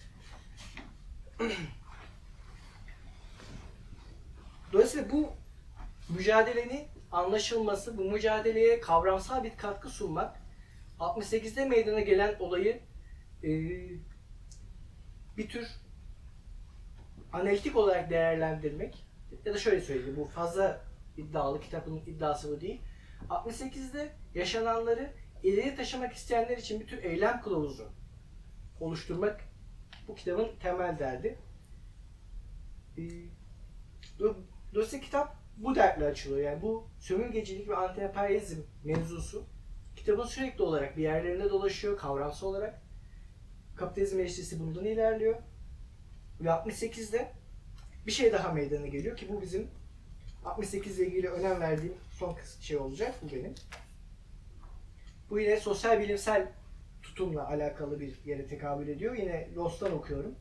Dolayısıyla bu mücadelenin anlaşılması, bu mücadeleye kavramsal bir katkı sunmak, 68'de meydana gelen olayı bir tür analitik olarak değerlendirmek ya da şöyle söyleyeyim, bu fazla iddialı, kitabın iddiası bu değil. 68'de yaşananları ileri taşımak isteyenler için bir tür eylem kılavuzu oluşturmak bu kitabın temel derdi. Dolayısıyla kitap bu dertle açılıyor. Yani bu sömürgecilik ve anti-emperyalizm mevzusu kitabın sürekli olarak bir yerlerinde dolaşıyor kavramsal olarak. Kapitalizm eleştirisi bundan ilerliyor. Ve 68'de bir şey daha meydana geliyor ki bu bizim 68 ile ilgili önem verdiğim son şey olacak bu benim. Bu yine sosyal bilimsel tutumla alakalı bir yere tekabül ediyor. Yine Lost'tan okuyorum.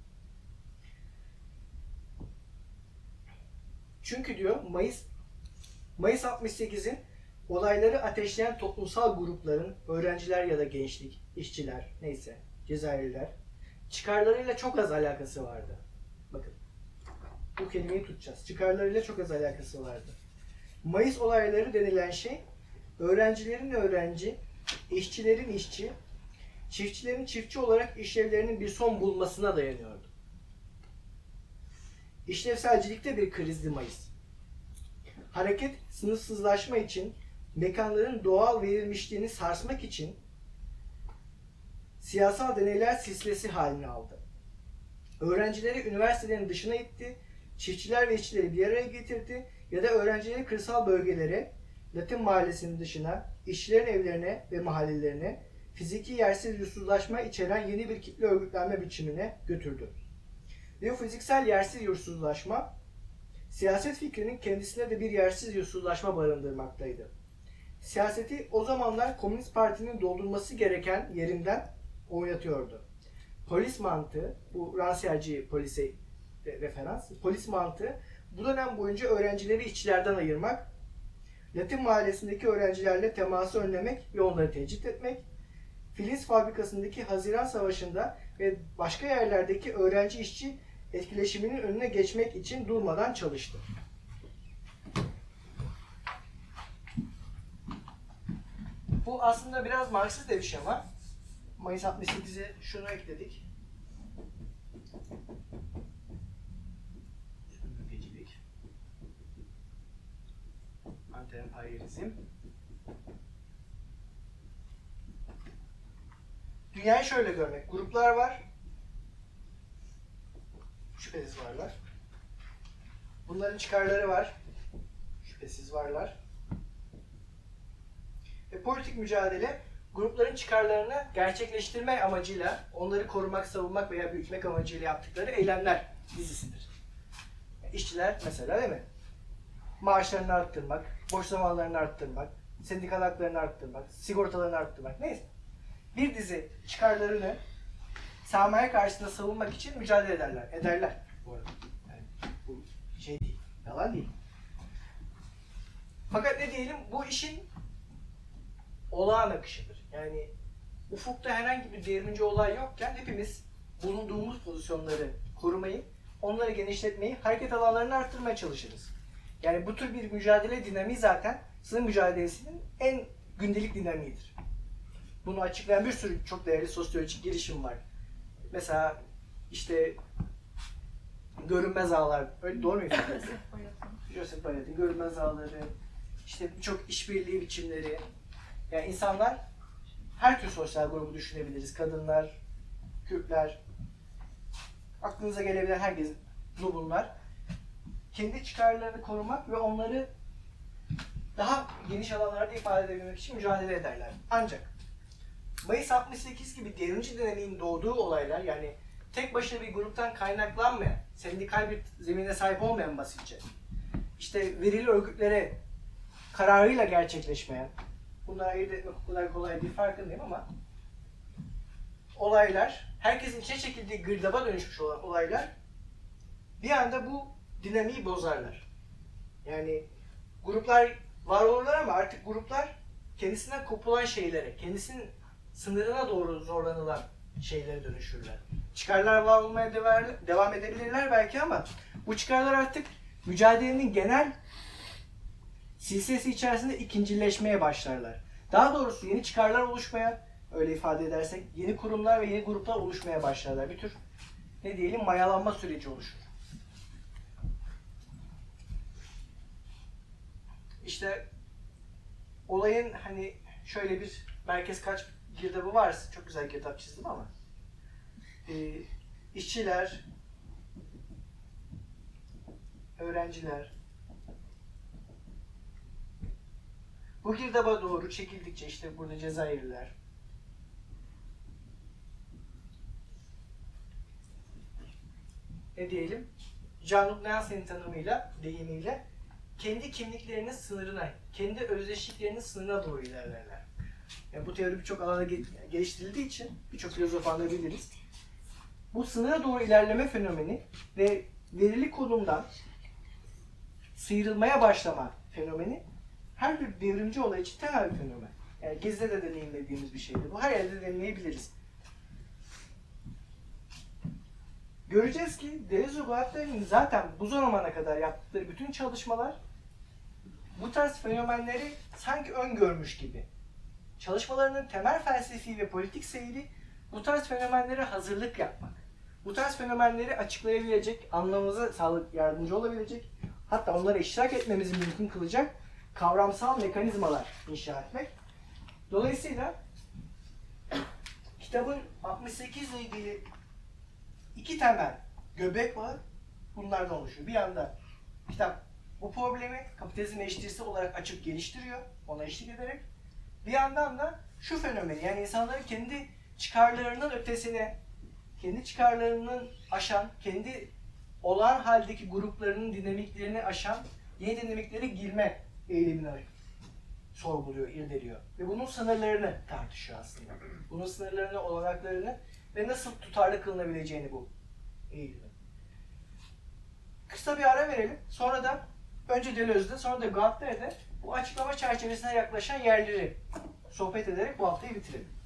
Çünkü diyor Mayıs 68'in olayları ateşleyen toplumsal grupların, öğrenciler ya da gençlik, işçiler, neyse, Cezayirliler, çıkarlarıyla çok az alakası vardı. Bakın, bu kelimeyi tutacağız. Çıkarlarıyla çok az alakası vardı. Mayıs olayları denilen şey, öğrencilerin öğrenci, işçilerin işçi, çiftçilerin çiftçi olarak işlevlerinin bir son bulmasına dayanıyordu. İşlevselcilikte bir krizdi Mayıs. Hareket sınıfsızlaşma için, mekanların doğal verilmişliğini sarsmak için siyasal deneyler silsilesi halini aldı. Öğrencileri üniversitelerin dışına itti, çiftçiler ve işçileri bir araya getirdi ya da öğrencileri kırsal bölgelere, Latin mahallesinin dışına, işçilerin evlerine ve mahallelerine fiziki yersiz yursuzlaşma içeren yeni bir kitle örgütlenme biçimine götürdü. Ve o fiziksel yersiz yursuzlaşma, siyaset fikrinin kendisine de bir yersiz yursuzlaşma barındırmaktaydı. Siyaseti o zamanlar Komünist Parti'nin doldurması gereken yerinden oynatıyordu. Polis mantığı, bu Rancière'ci polise referans, polis mantığı bu dönem boyunca öğrencileri işçilerden ayırmak, Latin mahallesindeki öğrencilerle teması önlemek ve onları tecrit etmek, Filiz fabrikasındaki Haziran Savaşı'nda ve başka yerlerdeki öğrenci-işçi etkileşiminin önüne geçmek için durmadan çalıştı. Bu aslında biraz Marksist de bir şey ama Mayıs 68'e şunu ekledik. Sömürgecilik, anti-emperyalizm. Dünyayı şöyle görmek. Gruplar var. Şüphesiz varlar. Bunların çıkarları var. Şüphesiz varlar. Ve politik mücadele grupların çıkarlarını gerçekleştirme amacıyla onları korumak, savunmak veya büyütmek amacıyla yaptıkları eylemler dizisidir. İşçiler mesela değil mi? Maaşlarını arttırmak, boş zamanlarını arttırmak, sendikal haklarını arttırmak, sigortalarını arttırmak neyse. Bir dizi çıkarlarını sermaye karşısında savunmak için mücadele ederler. Ederler bu arada. Yani bu şey değil, yalan değil. Fakat ne diyelim, bu işin olağan akışıdır. Yani ufukta herhangi bir devrimci olay yokken hepimiz bulunduğumuz pozisyonları korumayı, onları genişletmeyi, hareket alanlarını arttırmaya çalışırız. Yani bu tür bir mücadele dinamiği zaten sınır mücadelesinin en gündelik dinamiğidir. Bunu açıklayan bir sürü çok değerli sosyolojik girişim var. Mesela işte görünmez ağlar, öyle doğru mu ifade? Joseph Bayat'ın görünmez ağları, işte birçok işbirliği biçimleri. Yani insanlar her tür sosyal grubu düşünebiliriz. Kadınlar, Kürtler, aklınıza gelebilen herkes bunlar. Kendi çıkarlarını korumak ve onları daha geniş alanlarda ifade edebilmek için mücadele ederler. Ancak Mayıs 68 gibi devrimci dinamiğin doğduğu olaylar, yani tek başına bir gruptan kaynaklanmayan, sendikal bir zemine sahip olmayan basitçe, işte verili örgütlere kararıyla gerçekleşmeyen, bunları ayırt etmek o kadar kolay değil farkındayım ama olaylar, herkesin içine çekildiği girdaba dönüşmüş olan olaylar bir anda bu dinamiği bozarlar. Yani gruplar var olurlar ama artık gruplar kendisinden kopulan şeylere, kendisinin sınırına doğru zorlanılan şeylere dönüşürler. Çıkarlar var olmaya devam edebilirler belki ama bu çıkarlar artık mücadelenin genel silsilesi içerisinde ikincileşmeye başlarlar. Daha doğrusu yeni çıkarlar oluşmaya, öyle ifade edersek, yeni kurumlar ve yeni gruplar oluşmaya başlarlar. Bir tür ne diyelim mayalanma süreci oluşur. İşte olayın hani şöyle bir merkez kaç girdabı varsa, çok güzel girdap çizdim ama işçiler, öğrenciler bu girdaba doğru çekildikçe işte burada Cezayirliler, ne diyelim, Jean-Luc Nancy'nin tanımıyla, deyimiyle kendi kimliklerinin sınırına, kendi özdeşliklerinin sınırına doğru ilerlerler. Yani bu teori birçok alanda geliştirildiği için birçok filozof anlayabiliriz. Bu sınıra doğru ilerleme fenomeni ve verili konumdan sıyrılmaya başlama fenomeni her bir devrimci olay için temel bir fenomen. Yani Gezi'de de deneyimlediğimiz bir şeydir. Bu her yerde deneyimleyebiliriz. Göreceğiz ki Deleuze ve Guattari'nin zaten bu zamana kadar yaptıkları bütün çalışmalar bu tarz fenomenleri sanki öngörmüş gibi. Çalışmalarının temel felsefi ve politik seyri bu tarz fenomenlere hazırlık yapmak. Bu tarz fenomenleri açıklayabilecek, anlamamıza yardımcı olabilecek, hatta onlara iştirak etmemizi mümkün kılacak kavramsal mekanizmalar inşa etmek. Dolayısıyla kitabın 68 ile ilgili iki temel göbek var. Bunlardan oluşuyor. Bir yanda kitap bu problemi kapitalizm eleştirisi olarak açıp geliştiriyor, ona eşlik ederek. Bir yandan da şu fenomeni, yani insanların kendi çıkarlarının ötesine, kendi çıkarlarının aşan, kendi olağan haldeki gruplarının dinamiklerini aşan yeni dinamiklere girme eğilimini sorguluyor, irdeliyor. Ve bunun sınırlarını tartışıyor aslında. Bunun sınırlarını, olanaklarını ve nasıl tutarlı kılınabileceğini bu eğilimi. Kısa bir ara verelim. Sonra da önce Deleuze'de, sonra da Guattari'de bu açıklama çerçevesine yaklaşan yerleri sohbet ederek bu haftayı bitirelim.